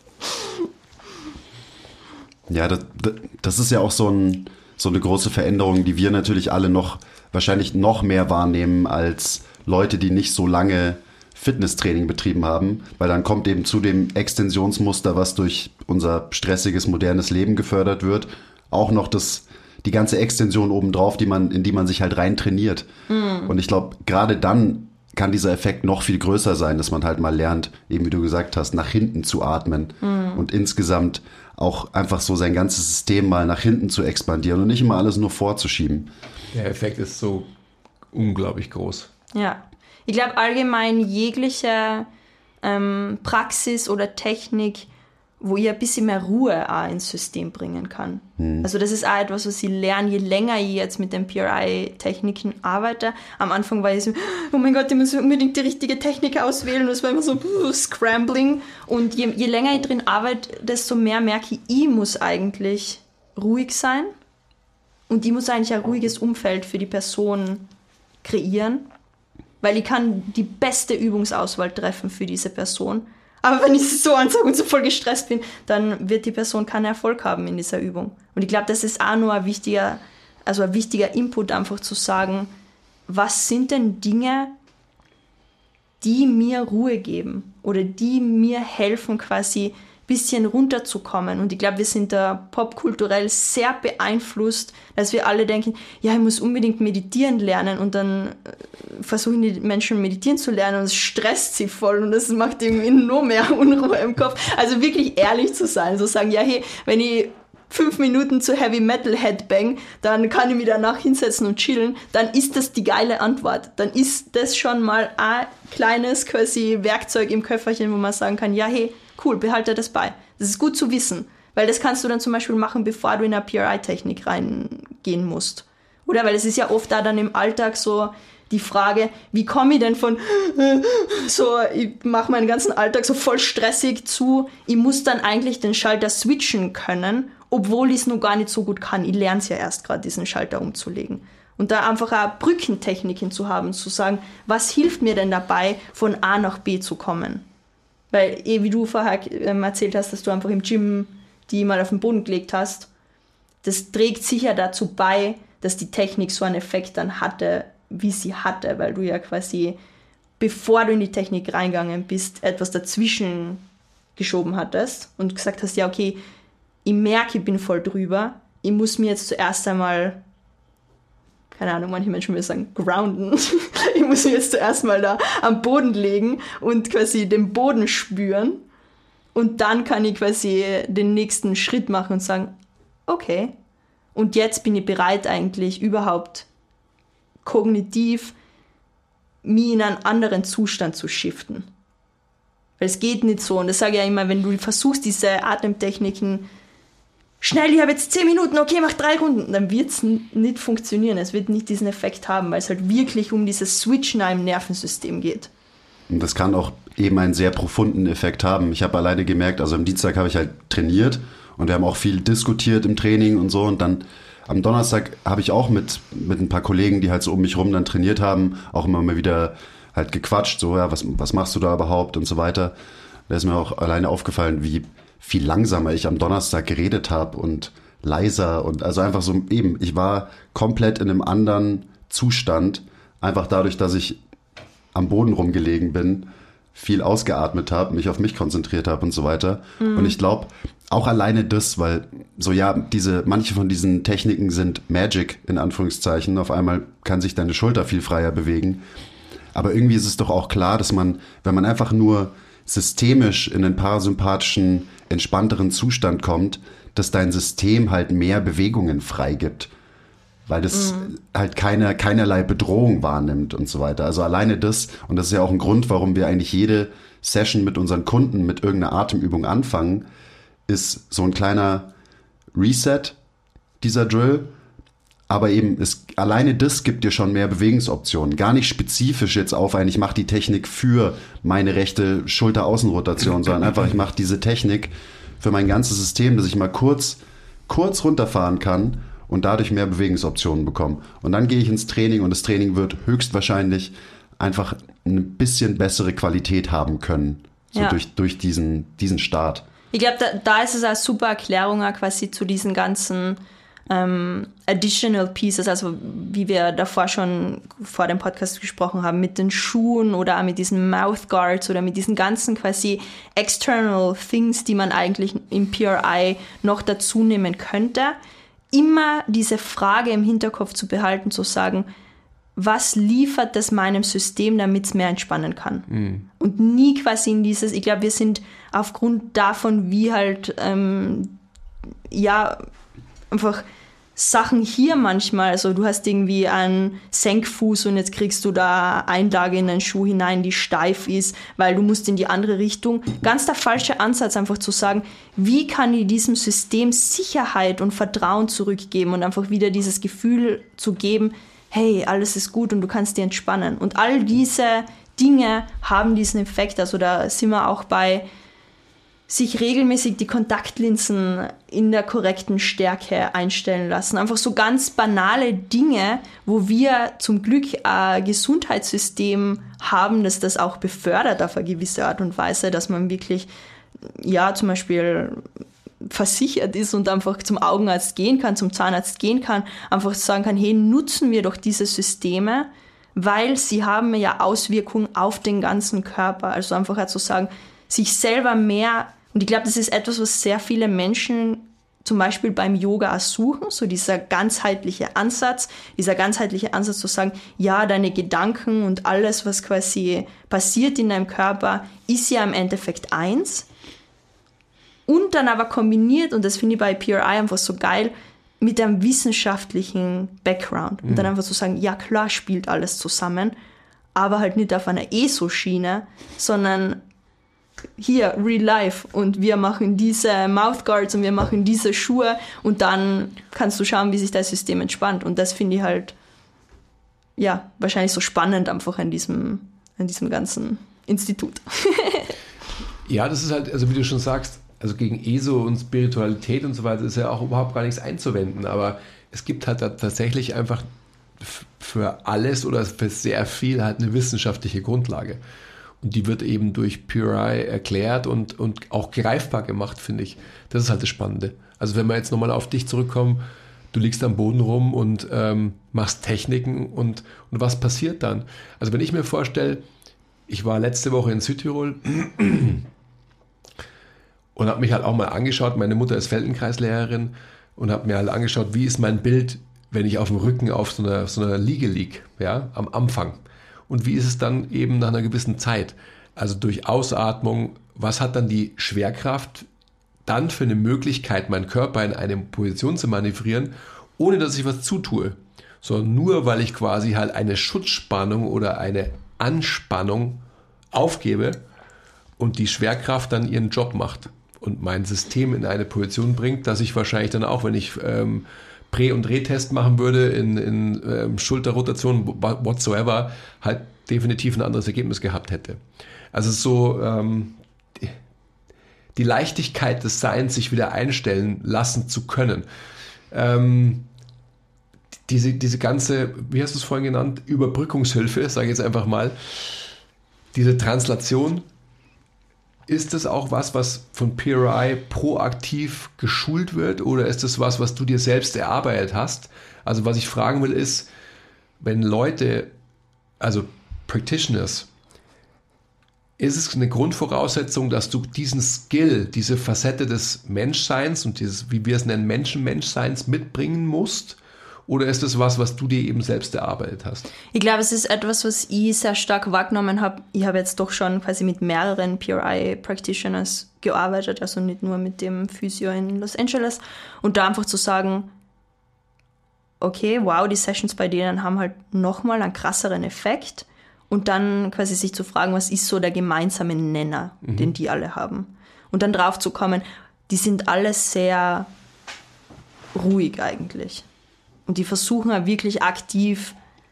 Ja, das ist ja auch so eine große Veränderung, die wir natürlich alle wahrscheinlich noch mehr wahrnehmen als Leute, die nicht so lange Fitnesstraining betrieben haben, weil dann kommt eben zu dem Extensionsmuster, was durch unser stressiges, modernes Leben gefördert wird, auch noch die ganze Extension obendrauf, in die man sich halt rein trainiert. Und ich glaube, gerade dann kann dieser Effekt noch viel größer sein, dass man halt mal lernt, eben wie du gesagt hast, nach hinten zu atmen und insgesamt auch einfach so sein ganzes System mal nach hinten zu expandieren und nicht immer alles nur vorzuschieben. Der Effekt ist so unglaublich groß. Ja, ich glaube allgemein jegliche Praxis oder Technik, wo ich ein bisschen mehr Ruhe auch ins System bringen kann. Also das ist auch etwas, was ich lerne, je länger ich jetzt mit den PRI-Techniken arbeite. Am Anfang war ich so, oh mein Gott, ich muss unbedingt die richtige Technik auswählen. Das war immer so scrambling. Und je länger ich drin arbeite, desto mehr merke ich muss eigentlich ruhig sein. Und ich muss eigentlich ein ruhiges Umfeld für die Person kreieren. Weil ich kann die beste Übungsauswahl treffen für diese Person. Aber wenn ich sie so ansage und so voll gestresst bin, dann wird die Person keinen Erfolg haben in dieser Übung. Und ich glaube, das ist auch nur ein wichtiger Input, einfach zu sagen, was sind denn Dinge, die mir Ruhe geben oder die mir helfen, quasi ein bisschen runterzukommen. Und ich glaube, wir sind da popkulturell sehr beeinflusst, dass wir alle denken, ja, ich muss unbedingt meditieren lernen und dann versuchen die Menschen meditieren zu lernen und es stresst sie voll und das macht irgendwie noch mehr Unruhe im Kopf. Also wirklich ehrlich zu sein, so sagen, ja, hey, wenn ich 5 Minuten zu Heavy Metal Headbang, dann kann ich mich danach hinsetzen und chillen, dann ist das die geile Antwort. Dann ist das schon mal ein kleines quasi Werkzeug im Köfferchen, wo man sagen kann, ja, hey, cool, behalte das bei. Das ist gut zu wissen, weil das kannst du dann zum Beispiel machen, bevor du in eine PRI-Technik reingehen musst. Oder? Weil es ist ja oft da dann im Alltag so die Frage, wie komme ich denn von so, ich mache meinen ganzen Alltag so voll stressig zu, ich muss dann eigentlich den Schalter switchen können, obwohl ich es noch gar nicht so gut kann. Ich lerne es ja erst gerade, diesen Schalter umzulegen. Und da einfach auch Brückentechniken zu haben, zu sagen, was hilft mir denn dabei, von A nach B zu kommen? Weil, wie du vorher erzählt hast, dass du einfach im Gym die mal auf den Boden gelegt hast, das trägt sicher dazu bei, dass die Technik so einen Effekt dann hatte, wie sie hatte, weil du ja quasi, bevor du in die Technik reingegangen bist, etwas dazwischen geschoben hattest und gesagt hast, ja, okay, ich merke, ich bin voll drüber, ich muss mir jetzt zuerst einmal, keine Ahnung, manche Menschen würden sagen, grounden. Ich muss mich jetzt zuerst mal da am Boden legen und quasi den Boden spüren. Und dann kann ich quasi den nächsten Schritt machen und sagen, okay, und jetzt bin ich bereit eigentlich überhaupt kognitiv mich in einen anderen Zustand zu shiften. Weil es geht nicht so. Und das sage ich ja immer, wenn du versuchst, diese Atemtechniken schnell, ich habe jetzt 10 Minuten, okay, mach 3 Runden, dann wird es nicht funktionieren. Es wird nicht diesen Effekt haben, weil es halt wirklich um dieses Switchen im Nervensystem geht. Und das kann auch eben einen sehr profunden Effekt haben. Ich habe alleine gemerkt, also am Dienstag habe ich halt trainiert und wir haben auch viel diskutiert im Training und so. Und dann am Donnerstag habe ich auch mit ein paar Kollegen, die halt so um mich rum dann trainiert haben, auch immer mal wieder halt gequatscht, so, ja, was machst du da überhaupt und so weiter. Da ist mir auch alleine aufgefallen, wie viel langsamer ich am Donnerstag geredet habe und leiser und also einfach so eben, ich war komplett in einem anderen Zustand, einfach dadurch, dass ich am Boden rumgelegen bin, viel ausgeatmet habe, mich auf mich konzentriert habe und so weiter. Und ich glaube, auch alleine das, weil so ja, manche von diesen Techniken sind Magic, in Anführungszeichen. Auf einmal kann sich deine Schulter viel freier bewegen. Aber irgendwie ist es doch auch klar, dass man, wenn man einfach nur systemisch in einen parasympathischen, entspannteren Zustand kommt, dass dein System halt mehr Bewegungen freigibt. Weil das halt keinerlei Bedrohung wahrnimmt und so weiter. Also alleine das, und das ist ja auch ein Grund, warum wir eigentlich jede Session mit unseren Kunden mit irgendeiner Atemübung anfangen, ist so ein kleiner Reset, dieser Drill. Aber eben, alleine das gibt dir schon mehr Bewegungsoptionen. Gar nicht spezifisch jetzt auf ich mache die Technik für meine rechte Schulteraußenrotation, sondern einfach, ich mache diese Technik für mein ganzes System, dass ich mal kurz runterfahren kann und dadurch mehr Bewegungsoptionen bekomme. Und dann gehe ich ins Training und das Training wird höchstwahrscheinlich einfach eine bisschen bessere Qualität haben können, so durch diesen Start. Ich glaube, da ist es eine super Erklärung auch quasi zu diesen ganzen additional pieces, also wie wir davor schon vor dem Podcast gesprochen haben, mit den Schuhen oder auch mit diesen Mouth Guards oder mit diesen ganzen quasi external things, die man eigentlich im PRI noch dazu nehmen könnte. Immer diese Frage im Hinterkopf zu behalten, zu sagen, was liefert das meinem System, damit es mehr entspannen kann? Und nie quasi in dieses, ich glaube, wir sind aufgrund davon, wie halt, einfach Sachen hier manchmal, also du hast irgendwie einen Senkfuß und jetzt kriegst du da Einlage in einen Schuh hinein, die steif ist, weil du musst in die andere Richtung. Ganz der falsche Ansatz, einfach zu sagen, wie kann ich diesem System Sicherheit und Vertrauen zurückgeben und einfach wieder dieses Gefühl zu geben, hey, alles ist gut und du kannst dir entspannen. Und all diese Dinge haben diesen Effekt, also da sind wir auch bei sich regelmäßig die Kontaktlinsen in der korrekten Stärke einstellen lassen. Einfach so ganz banale Dinge, wo wir zum Glück ein Gesundheitssystem haben, das das auch befördert auf eine gewisse Art und Weise, dass man wirklich, zum Beispiel versichert ist und einfach zum Augenarzt gehen kann, zum Zahnarzt gehen kann, einfach sagen kann, hey, nutzen wir doch diese Systeme, weil sie haben ja Auswirkungen auf den ganzen Körper. Also einfach zu sagen, sich selber mehr, und ich glaube, das ist etwas, was sehr viele Menschen zum Beispiel beim Yoga auch suchen, so dieser ganzheitliche Ansatz zu sagen, ja, deine Gedanken und alles, was quasi passiert in deinem Körper, ist ja im Endeffekt eins. Und dann aber kombiniert, und das finde ich bei PRI einfach so geil, mit einem wissenschaftlichen Background. Und dann einfach zu sagen, ja klar spielt alles zusammen, aber halt nicht auf einer ESO-Schiene, sondern hier, real life, und wir machen diese Mouthguards und wir machen diese Schuhe und dann kannst du schauen, wie sich dein System entspannt. Und das finde ich halt, wahrscheinlich so spannend einfach an diesem ganzen Institut. Ja, das ist halt, also wie du schon sagst, also gegen ESO und Spiritualität und so weiter ist ja auch überhaupt gar nichts einzuwenden, aber es gibt halt tatsächlich einfach für alles oder für sehr viel halt eine wissenschaftliche Grundlage. Und die wird eben durch PRI erklärt und auch greifbar gemacht, finde ich. Das ist halt das Spannende. Also wenn wir jetzt nochmal auf dich zurückkommen, du liegst am Boden rum und machst Techniken und was passiert dann? Also wenn ich mir vorstelle, ich war letzte Woche in Südtirol und habe mich halt auch mal angeschaut, meine Mutter ist Feldenkreislehrerin und habe mir halt angeschaut, wie ist mein Bild, wenn ich auf dem Rücken auf so einer Liege liege, ja, am Anfang. Und wie ist es dann eben nach einer gewissen Zeit? Also durch Ausatmung, was hat dann die Schwerkraft dann für eine Möglichkeit, meinen Körper in eine Position zu manövrieren, ohne dass ich was zutue, sondern nur, weil ich quasi halt eine Schutzspannung oder eine Anspannung aufgebe und die Schwerkraft dann ihren Job macht und mein System in eine Position bringt, dass ich wahrscheinlich dann auch, wenn ich Prä- und Drehtest machen würde in Schulterrotation, whatsoever, halt definitiv ein anderes Ergebnis gehabt hätte. Also so die Leichtigkeit des Seins, sich wieder einstellen lassen zu können. Diese ganze, wie hast du es vorhin genannt, Überbrückungshilfe, sage ich jetzt einfach mal, diese Translation, ist das auch was von PRI proaktiv geschult wird oder ist das was du dir selbst erarbeitet hast? Also was ich fragen will ist, wenn Leute, also Practitioners, ist es eine Grundvoraussetzung, dass du diesen Skill, diese Facette des Menschseins und dieses, wie wir es nennen, Menschseins mitbringen musst? Oder ist es was du dir eben selbst erarbeitet hast? Ich glaube, es ist etwas, was ich sehr stark wahrgenommen habe. Ich habe jetzt doch schon quasi mit mehreren PRI-Practitioners gearbeitet, also nicht nur mit dem Physio in Los Angeles. Und da einfach zu sagen, okay, wow, die Sessions bei denen haben halt nochmal einen krasseren Effekt. Und dann quasi sich zu fragen, was ist so der gemeinsame Nenner, den die alle haben. Und dann drauf zu kommen, die sind alle sehr ruhig eigentlich. Und die versuchen auch wirklich aktiv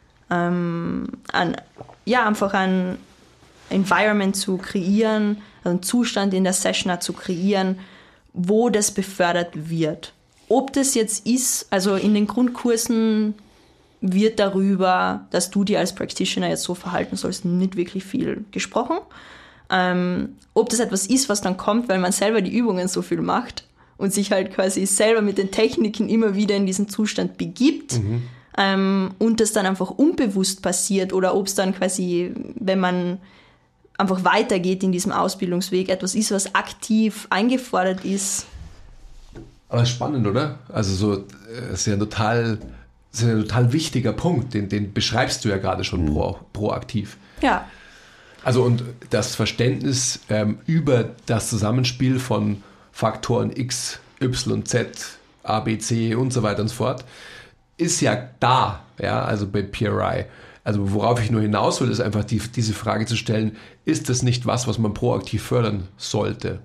einfach ein Environment zu kreieren, also einen Zustand in der Session auch zu kreieren, wo das befördert wird. Ob das jetzt ist, also in den Grundkursen wird darüber, dass du dir als Practitioner jetzt so verhalten sollst, nicht wirklich viel gesprochen. Ob das etwas ist, was dann kommt, weil man selber die Übungen so viel macht und sich halt quasi selber mit den Techniken immer wieder in diesen Zustand begibt und das dann einfach unbewusst passiert oder ob es dann quasi, wenn man einfach weitergeht in diesem Ausbildungsweg, etwas ist, was aktiv eingefordert ist. Aber spannend, oder? Also so, ist ja ein total wichtiger Punkt, den beschreibst du ja gerade schon proaktiv. Ja. Also und das Verständnis über das Zusammenspiel von Faktoren X, Y, Z, A, B, C und so weiter und so fort, ist ja da, ja, also bei PRI. Also worauf ich nur hinaus will, ist einfach diese Frage zu stellen, ist das nicht was man proaktiv fördern sollte?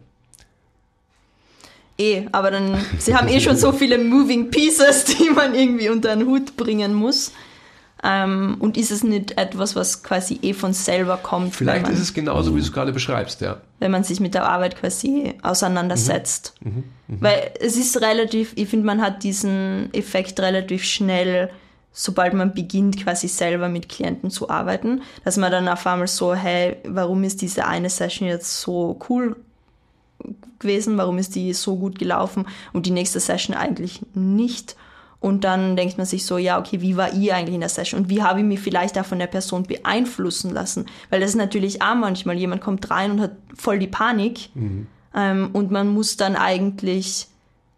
Aber dann, sie haben schon so viele Moving Pieces, die man irgendwie unter den Hut bringen muss. Und ist es nicht etwas, was quasi von selber kommt? Vielleicht ist es genauso, wie du es gerade beschreibst, ja. Wenn man sich mit der Arbeit quasi auseinandersetzt. Weil es ist relativ, ich finde, man hat diesen Effekt relativ schnell, sobald man beginnt, quasi selber mit Klienten zu arbeiten, dass man dann auf einmal so, hey, warum ist diese eine Session jetzt so cool gewesen, warum ist die so gut gelaufen und die nächste Session eigentlich nicht. Und dann denkt man sich so, ja, okay, wie war ich eigentlich in der Session und wie habe ich mich vielleicht auch von der Person beeinflussen lassen? Weil das ist natürlich auch manchmal, jemand kommt rein und hat voll die Panik und man muss dann eigentlich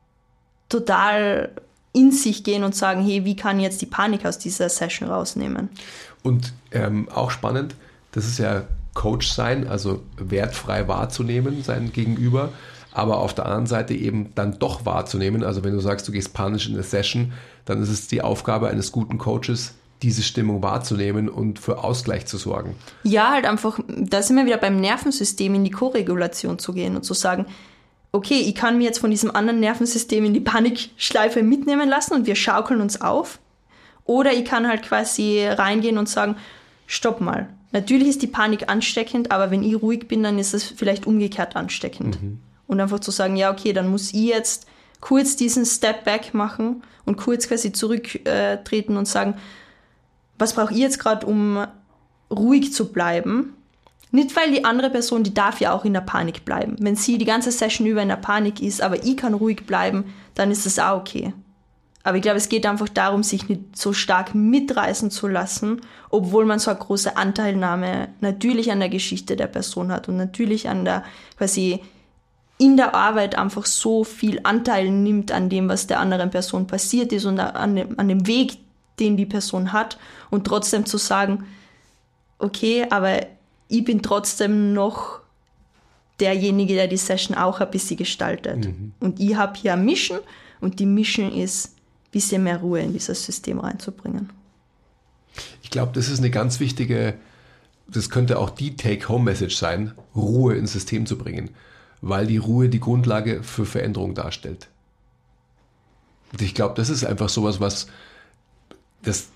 total in sich gehen und sagen, hey, wie kann ich jetzt die Panik aus dieser Session rausnehmen? Und auch spannend, das ist ja Coach sein, also wertfrei wahrzunehmen, sein Gegenüber, aber auf der anderen Seite eben dann doch wahrzunehmen. Also wenn du sagst, du gehst panisch in eine Session, dann ist es die Aufgabe eines guten Coaches, diese Stimmung wahrzunehmen und für Ausgleich zu sorgen. Ja, halt einfach, da sind wir wieder beim Nervensystem, in die Koregulation zu gehen und zu sagen, okay, ich kann mir jetzt von diesem anderen Nervensystem in die Panikschleife mitnehmen lassen und wir schaukeln uns auf. Oder ich kann halt quasi reingehen und sagen, stopp mal. Natürlich ist die Panik ansteckend, aber wenn ich ruhig bin, dann ist es vielleicht umgekehrt ansteckend. Und einfach zu sagen, ja, okay, dann muss ich jetzt kurz diesen Step back machen und kurz quasi zurücktreten und sagen, was brauche ich jetzt gerade, um ruhig zu bleiben? Nicht, weil die andere Person, die darf ja auch in der Panik bleiben. Wenn sie die ganze Session über in der Panik ist, aber ich kann ruhig bleiben, dann ist das auch okay. Aber ich glaube, es geht einfach darum, sich nicht so stark mitreißen zu lassen, obwohl man so eine große Anteilnahme natürlich an der Geschichte der Person hat und natürlich an der, quasi in der Arbeit einfach so viel Anteil nimmt an dem, was der anderen Person passiert ist und an dem Weg, den die Person hat und trotzdem zu sagen, okay, aber ich bin trotzdem noch derjenige, der die Session auch ein bisschen gestaltet. Und ich habe hier eine Mission und die Mission ist, ein bisschen mehr Ruhe in dieses System reinzubringen. Ich glaube, das ist eine ganz wichtige, das könnte auch die Take-Home-Message sein, Ruhe ins System zu bringen, weil die Ruhe die Grundlage für Veränderung darstellt. Und ich glaube, das ist einfach sowas, was das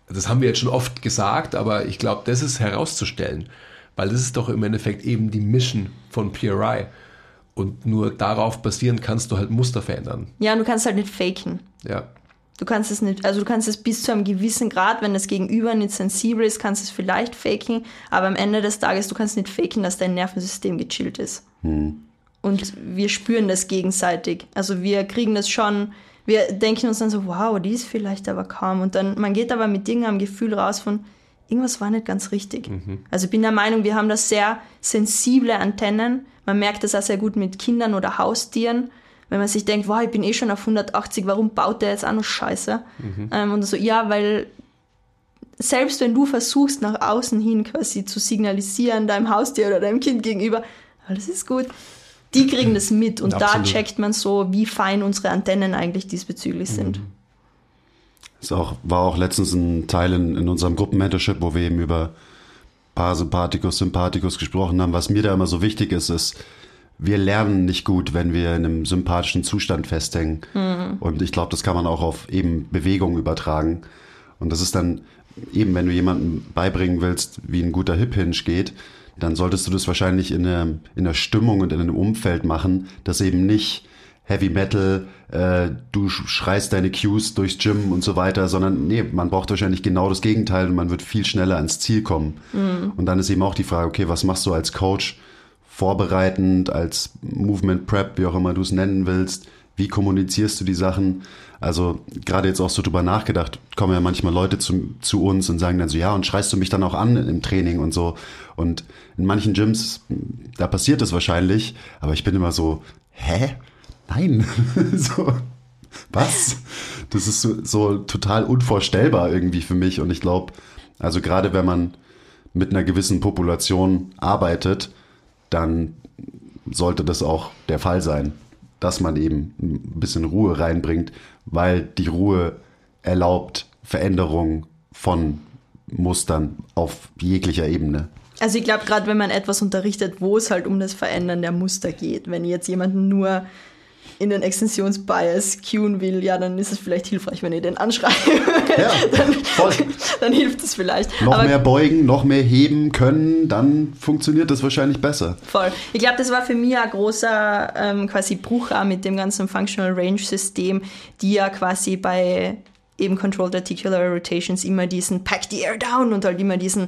das haben wir jetzt schon oft gesagt, aber ich glaube, das ist herauszustellen, weil das ist doch im Endeffekt eben die Mission von PRI. Und nur darauf basierend kannst du halt Muster verändern. Ja, und du kannst halt nicht faken. Ja. Du kannst es nicht, also du kannst es bis zu einem gewissen Grad, wenn das Gegenüber nicht sensibel ist, kannst du es vielleicht faken, aber am Ende des Tages, du kannst nicht faken, dass dein Nervensystem gechillt ist. Und wir spüren das gegenseitig. Also wir kriegen das schon, wir denken uns dann so, wow, die ist vielleicht aber kaum. Und dann, man geht aber mit irgendeinem Gefühl raus von, irgendwas war nicht ganz richtig. Also ich bin der Meinung, wir haben da sehr sensible Antennen. Man merkt das auch sehr gut mit Kindern oder Haustieren. Wenn man sich denkt, wow, ich bin eh schon auf 180, warum baut der jetzt auch noch Scheiße? Und so, ja, weil selbst wenn du versuchst, nach außen hin quasi zu signalisieren, deinem Haustier oder deinem Kind gegenüber, alles ist gut, die kriegen das mit. Und Absolut. Da checkt man so, wie fein unsere Antennen eigentlich diesbezüglich sind. War auch letztens ein Teil in unserem Gruppenmentorship, wo wir eben über Parasympathikus, Sympathikus gesprochen haben. Was mir da immer so wichtig ist, wir lernen nicht gut, wenn wir in einem sympathischen Zustand festhängen. Und ich glaube, das kann man auch auf eben Bewegung übertragen. Und das ist dann eben, wenn du jemandem beibringen willst, wie ein guter Hip-Hinge geht, dann solltest du das wahrscheinlich in einer Stimmung und in einem Umfeld machen, das eben nicht Heavy Metal, du schreist deine Cues durchs Gym und so weiter, sondern nee, man braucht wahrscheinlich genau das Gegenteil und man wird viel schneller ans Ziel kommen. Und dann ist eben auch die Frage, okay, was machst du als Coach vorbereitend, als Movement Prep, wie auch immer du es nennen willst, wie kommunizierst du die Sachen? Also gerade jetzt auch so drüber nachgedacht, kommen ja manchmal Leute zu uns und sagen dann so, ja, und schreist du mich dann auch an im Training und so. Und in manchen Gyms, da passiert das wahrscheinlich, aber ich bin immer so, hä? Nein. So, was? Das ist so total unvorstellbar irgendwie für mich. Und ich glaube, also gerade wenn man mit einer gewissen Population arbeitet, dann sollte das auch der Fall sein, dass man eben ein bisschen Ruhe reinbringt, weil die Ruhe erlaubt Veränderung von Mustern auf jeglicher Ebene. Also ich glaube, gerade wenn man etwas unterrichtet, wo es halt um das Verändern der Muster geht, wenn ich jetzt jemanden nur in den Extensionsbias cueen will, ja, dann ist es vielleicht hilfreich, wenn ich den anschreibe. Ja, voll. Dann hilft es vielleicht. Noch mehr beugen, noch mehr heben können, dann funktioniert das wahrscheinlich besser. Voll. Ich glaube, das war für mich ein großer quasi Bruch auch mit dem ganzen Functional Range System, die ja quasi bei eben Controlled Articular Rotations immer diesen Pack the Air Down und halt immer diese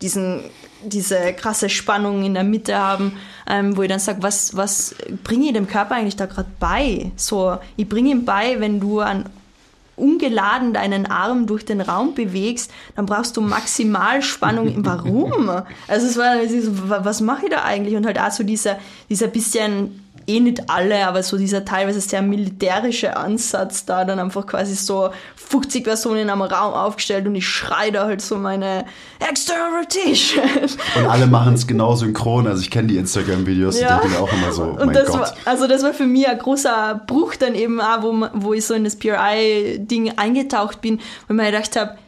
krasse Spannung in der Mitte haben, wo ich dann sage, was bringe ich dem Körper eigentlich da gerade bei? So, ich bringe ihm bei, wenn du ungeladen deinen Arm durch den Raum bewegst, dann brauchst du maximal Spannung. Warum? Also es war so, was mache ich da eigentlich? Und halt auch so dieser bisschen, nicht alle, aber so dieser teilweise sehr militärische Ansatz da, dann einfach quasi so 50 Personen in einem Raum aufgestellt und ich schreie da halt so meine External Rotation. Und alle machen es genau synchron, also ich kenne die Instagram-Videos, Ja. die denken auch immer so, Und mein das Gott. das war für mich ein großer Bruch dann eben auch, wo ich so in das PRI-Ding eingetaucht bin, wo ich mir gedacht habe,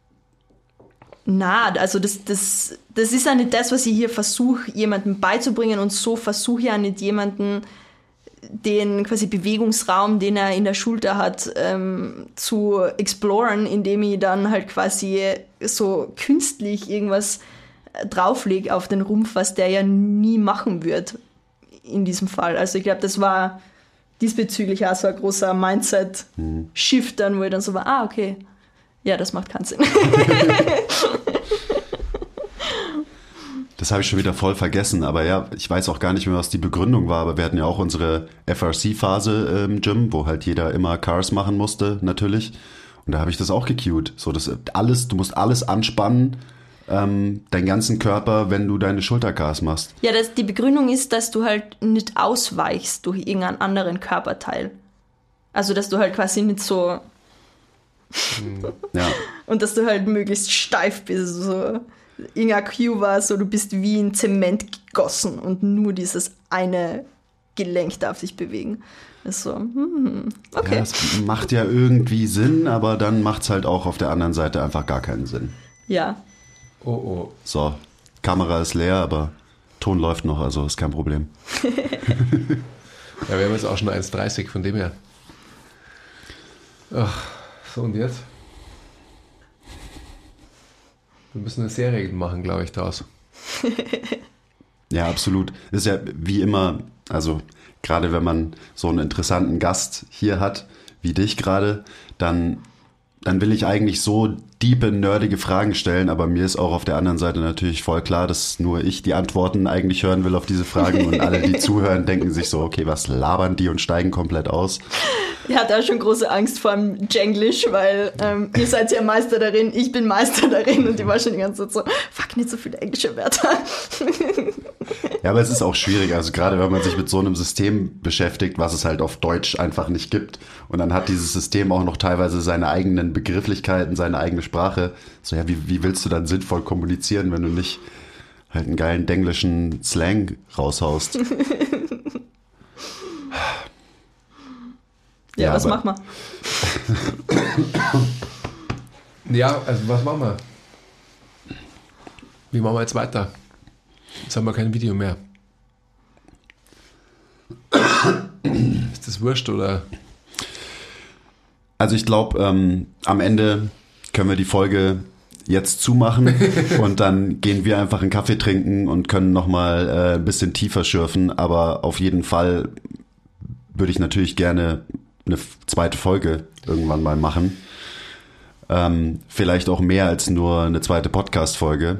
na, also das ist ja nicht das, was ich hier versuche, jemandem beizubringen und so versuche ich ja nicht jemanden den quasi Bewegungsraum, den er in der Schulter hat, zu exploren, indem ich dann halt quasi so künstlich irgendwas drauflege auf den Rumpf, was der ja nie machen wird in diesem Fall. Also ich glaube, das war diesbezüglich auch so ein großer Mindset-Shift dann, wo ich dann so war, okay, ja, das macht keinen Sinn. Das habe ich schon wieder voll vergessen, aber ja, ich weiß auch gar nicht mehr, was die Begründung war, aber wir hatten ja auch unsere FRC-Phase im Gym, wo halt jeder immer Cars machen musste, natürlich. Und da habe ich das auch gecued. So, du musst alles anspannen, deinen ganzen Körper, wenn du deine Schultercars machst. Ja, die Begründung ist, dass du halt nicht ausweichst durch irgendeinen anderen Körperteil. Also, dass du halt quasi nicht so... Ja. Und dass du halt möglichst steif bist. So. Irgendein Cue war so, du bist wie in Zement gegossen und nur dieses eine Gelenk darf sich bewegen. Das ist so, okay. Ja, das macht ja irgendwie Sinn, aber dann macht es halt auch auf der anderen Seite einfach gar keinen Sinn. Ja. Oh. So, Kamera ist leer, aber Ton läuft noch, also ist kein Problem. Ja, wir haben jetzt auch schon 1,30, von dem her. Ach, so und jetzt? Wir müssen eine Serie machen, glaube ich, daraus. Ja, absolut. Das ist ja wie immer, also gerade wenn man so einen interessanten Gast hier hat, wie dich gerade, dann will ich eigentlich so diepe, nerdige Fragen stellen, aber mir ist auch auf der anderen Seite natürlich voll klar, dass nur ich die Antworten eigentlich hören will auf diese Fragen und alle, die zuhören, denken sich so, okay, was labern die und steigen komplett aus. Ich hatte auch schon große Angst vor dem Jenglish, weil ihr seid ja Meister darin, ich bin Meister darin und die war schon die ganze Zeit so, fuck, nicht so viele englische Wörter. Ja, aber es ist auch schwierig, also gerade wenn man sich mit so einem System beschäftigt, was es halt auf Deutsch einfach nicht gibt und dann hat dieses System auch noch teilweise seine eigenen Begrifflichkeiten, seine eigene Sprache. So, ja, wie willst du dann sinnvoll kommunizieren, wenn du nicht halt einen geilen denglischen Slang raushaust? Ja, was machen wir? Ja, also was machen wir? Wie machen wir jetzt weiter? Jetzt haben wir kein Video mehr. Ist das wurscht, oder? Also ich glaube, am Ende können wir die Folge jetzt zumachen und dann gehen wir einfach einen Kaffee trinken und können nochmal ein bisschen tiefer schürfen. Aber auf jeden Fall würde ich natürlich gerne eine zweite Folge irgendwann mal machen. Vielleicht auch mehr als nur eine zweite Podcast-Folge.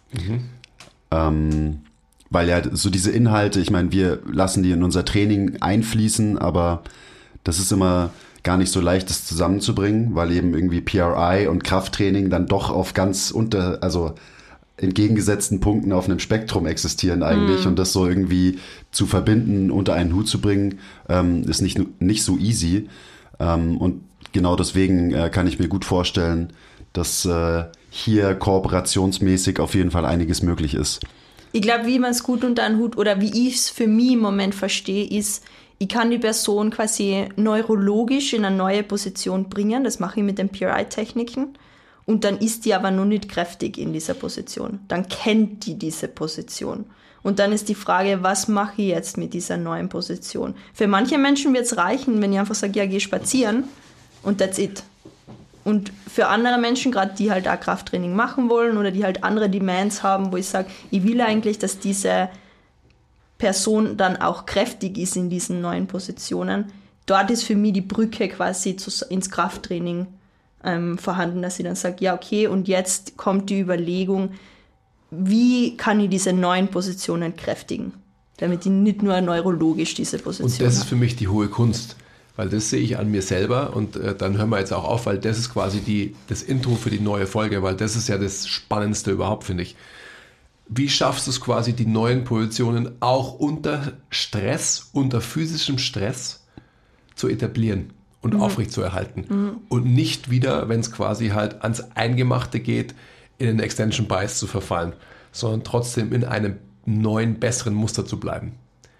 Weil ja so diese Inhalte, ich meine, wir lassen die in unser Training einfließen, aber das ist immer gar nicht so leicht, das zusammenzubringen, weil eben irgendwie PRI und Krafttraining dann doch auf ganz entgegengesetzten Punkten auf einem Spektrum existieren eigentlich und das so irgendwie zu verbinden, unter einen Hut zu bringen, ist nicht so easy. Und genau deswegen kann ich mir gut vorstellen, dass hier kooperationsmäßig auf jeden Fall einiges möglich ist. Ich glaube, wie man es gut unter einen Hut oder wie ich es für mich im Moment verstehe, ist, ich kann die Person quasi neurologisch in eine neue Position bringen. Das mache ich mit den PRI-Techniken. Und dann ist die aber noch nicht kräftig in dieser Position. Dann kennt die diese Position. Und dann ist die Frage, was mache ich jetzt mit dieser neuen Position? Für manche Menschen wird es reichen, wenn ich einfach sage, ja, geh spazieren und that's it. Und für andere Menschen, gerade die halt auch Krafttraining machen wollen oder die halt andere Demands haben, wo ich sage, ich will eigentlich, dass diese Person dann auch kräftig ist in diesen neuen Positionen. Dort ist für mich die Brücke quasi ins Krafttraining vorhanden, dass ich dann sage, ja okay, und jetzt kommt die Überlegung, wie kann ich diese neuen Positionen kräftigen, damit ich nicht nur neurologisch diese Position habe. Und das ist für mich die hohe Kunst, weil das sehe ich an mir selber und dann hören wir jetzt auch auf, weil das ist quasi das Intro für die neue Folge, weil das ist ja das Spannendste überhaupt, finde ich. Wie schaffst du es quasi, die neuen Positionen auch unter Stress, unter physischem Stress zu etablieren und aufrechtzuerhalten und nicht wieder, wenn es quasi halt ans Eingemachte geht, in den Extension Bias zu verfallen, sondern trotzdem in einem neuen, besseren Muster zu bleiben.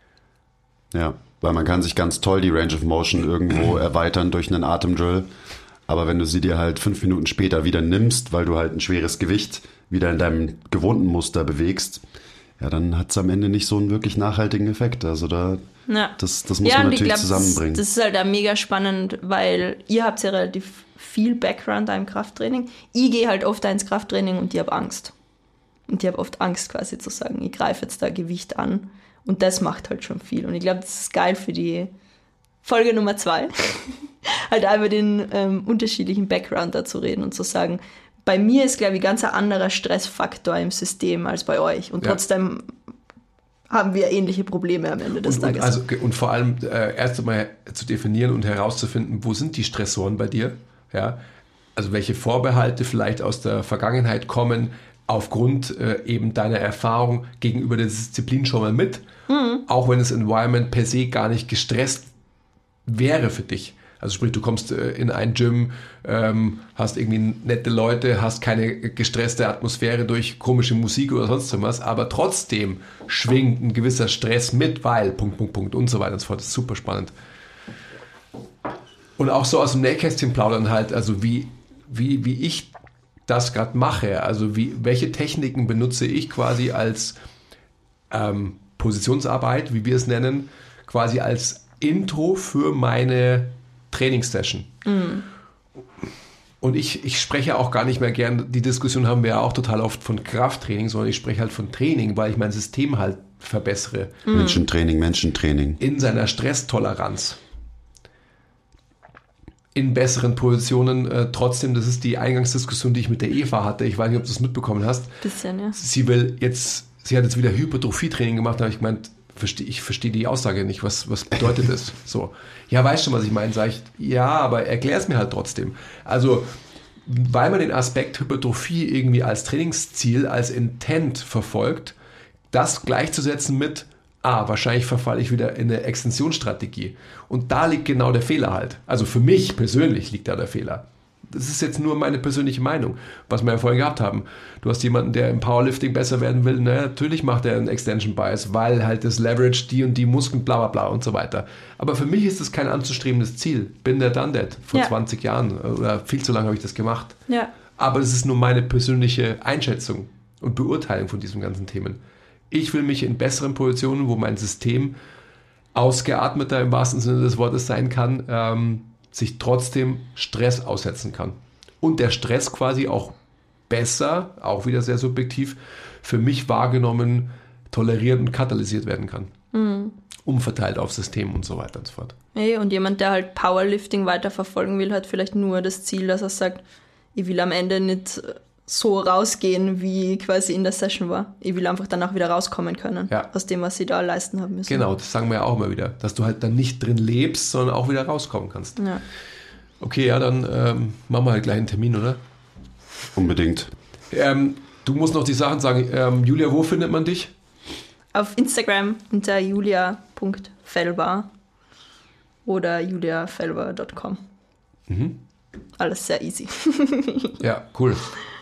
Ja, weil man kann sich ganz toll die Range of Motion irgendwo erweitern durch einen Atemdrill, aber wenn du sie dir halt 5 Minuten später wieder nimmst, weil du halt ein schweres Gewicht wieder in deinem gewohnten Muster bewegst, ja, dann hat es am Ende nicht so einen wirklich nachhaltigen Effekt. Also das muss man natürlich zusammenbringen. Das ist halt auch mega spannend, weil ihr habt ja relativ viel Background da im Krafttraining. Ich gehe halt oft ins Krafttraining und ich habe Angst. Und ich habe oft Angst quasi zu sagen, ich greife jetzt da Gewicht an. Und das macht halt schon viel. Und ich glaube, das ist geil für die Folge Nummer 2. Halt auch über den unterschiedlichen Background da zu reden und zu sagen, bei mir ist, glaube ich, ganz ein anderer Stressfaktor im System als bei euch. Und trotzdem haben wir ähnliche Probleme am Ende des Tages. Und vor allem erst einmal zu definieren und herauszufinden, wo sind die Stressoren bei dir? Ja? Also welche Vorbehalte vielleicht aus der Vergangenheit kommen, aufgrund eben deiner Erfahrung gegenüber der Disziplin schon mal mit, auch wenn das Environment per se gar nicht gestresst wäre für dich. Also sprich, du kommst in ein Gym, hast irgendwie nette Leute, hast keine gestresste Atmosphäre durch komische Musik oder sonst irgendwas, aber trotzdem schwingt ein gewisser Stress mit, weil ... und so weiter und so fort. Das ist super spannend. Und auch so aus dem Nähkästchen plaudern halt, also wie ich das gerade mache, also welche Techniken benutze ich quasi als Positionsarbeit, wie wir es nennen, quasi als Intro für meine Trainingssession. Und ich spreche auch gar nicht mehr gern, die Diskussion haben wir ja auch total oft von Krafttraining, sondern ich spreche halt von Training, weil ich mein System halt verbessere. Menschentraining. In seiner Stresstoleranz. In besseren Positionen. Trotzdem, das ist die Eingangsdiskussion, die ich mit der Eva hatte. Ich weiß nicht, ob du es mitbekommen hast. Bisschen, ja. Sie hat jetzt wieder Hypertrophie-Training gemacht, da habe ich gemeint, ich verstehe die Aussage nicht, was bedeutet das? So, ja, weißt du, was ich meine? Sag ich, ja, aber erklär es mir halt trotzdem. Also, weil man den Aspekt Hypertrophie irgendwie als Trainingsziel, als Intent verfolgt, das gleichzusetzen mit, wahrscheinlich verfalle ich wieder in eine Extensionsstrategie. Und da liegt genau der Fehler halt. Also für mich persönlich liegt da der Fehler. Das ist jetzt nur meine persönliche Meinung, was wir ja vorhin gehabt haben. Du hast jemanden, der im Powerlifting besser werden will, natürlich macht er einen Extension Bias, weil halt das Leverage, die und die Muskeln, bla bla bla und so weiter. Aber für mich ist das kein anzustrebendes Ziel. Bin der done that vor 20 Jahren oder viel zu lange habe ich das gemacht. Ja. Aber es ist nur meine persönliche Einschätzung und Beurteilung von diesen ganzen Themen. Ich will mich in besseren Positionen, wo mein System ausgeatmeter im wahrsten Sinne des Wortes sein kann, sich trotzdem Stress aussetzen kann. Und der Stress quasi auch besser, auch wieder sehr subjektiv, für mich wahrgenommen, toleriert und katalysiert werden kann. Umverteilt auf System und so weiter und so fort. Hey, und jemand, der halt Powerlifting weiterverfolgen will, hat vielleicht nur das Ziel, dass er sagt, ich will am Ende nicht so rausgehen, wie quasi in der Session war. Ich will einfach danach wieder rauskommen können, aus dem, was sie da leisten haben müssen. Genau, das sagen wir ja auch immer wieder, dass du halt dann nicht drin lebst, sondern auch wieder rauskommen kannst. Ja. Okay, ja, dann machen wir halt gleich einen Termin, oder? Unbedingt. Du musst noch die Sachen sagen. Julia, wo findet man dich? Auf Instagram unter julia.fellbar oder juliafelber.com. Alles sehr easy. Ja, cool.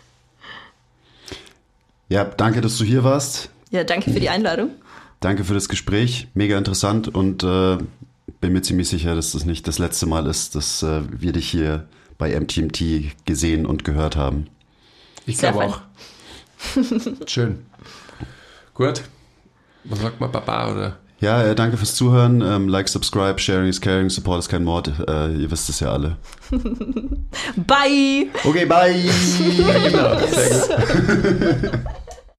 Ja, danke, dass du hier warst. Ja, danke für die Einladung. Danke für das Gespräch, mega interessant und bin mir ziemlich sicher, dass das nicht das letzte Mal ist, dass wir dich hier bei MTMT gesehen und gehört haben. Ich glaube auch. Schön. Gut. Was sagt man, Baba, oder? Ja, danke fürs Zuhören. Like, subscribe, sharing is caring, support ist kein Mord. Ihr wisst es ja alle. Bye! Okay, bye! Ja, genau. Sehr gut.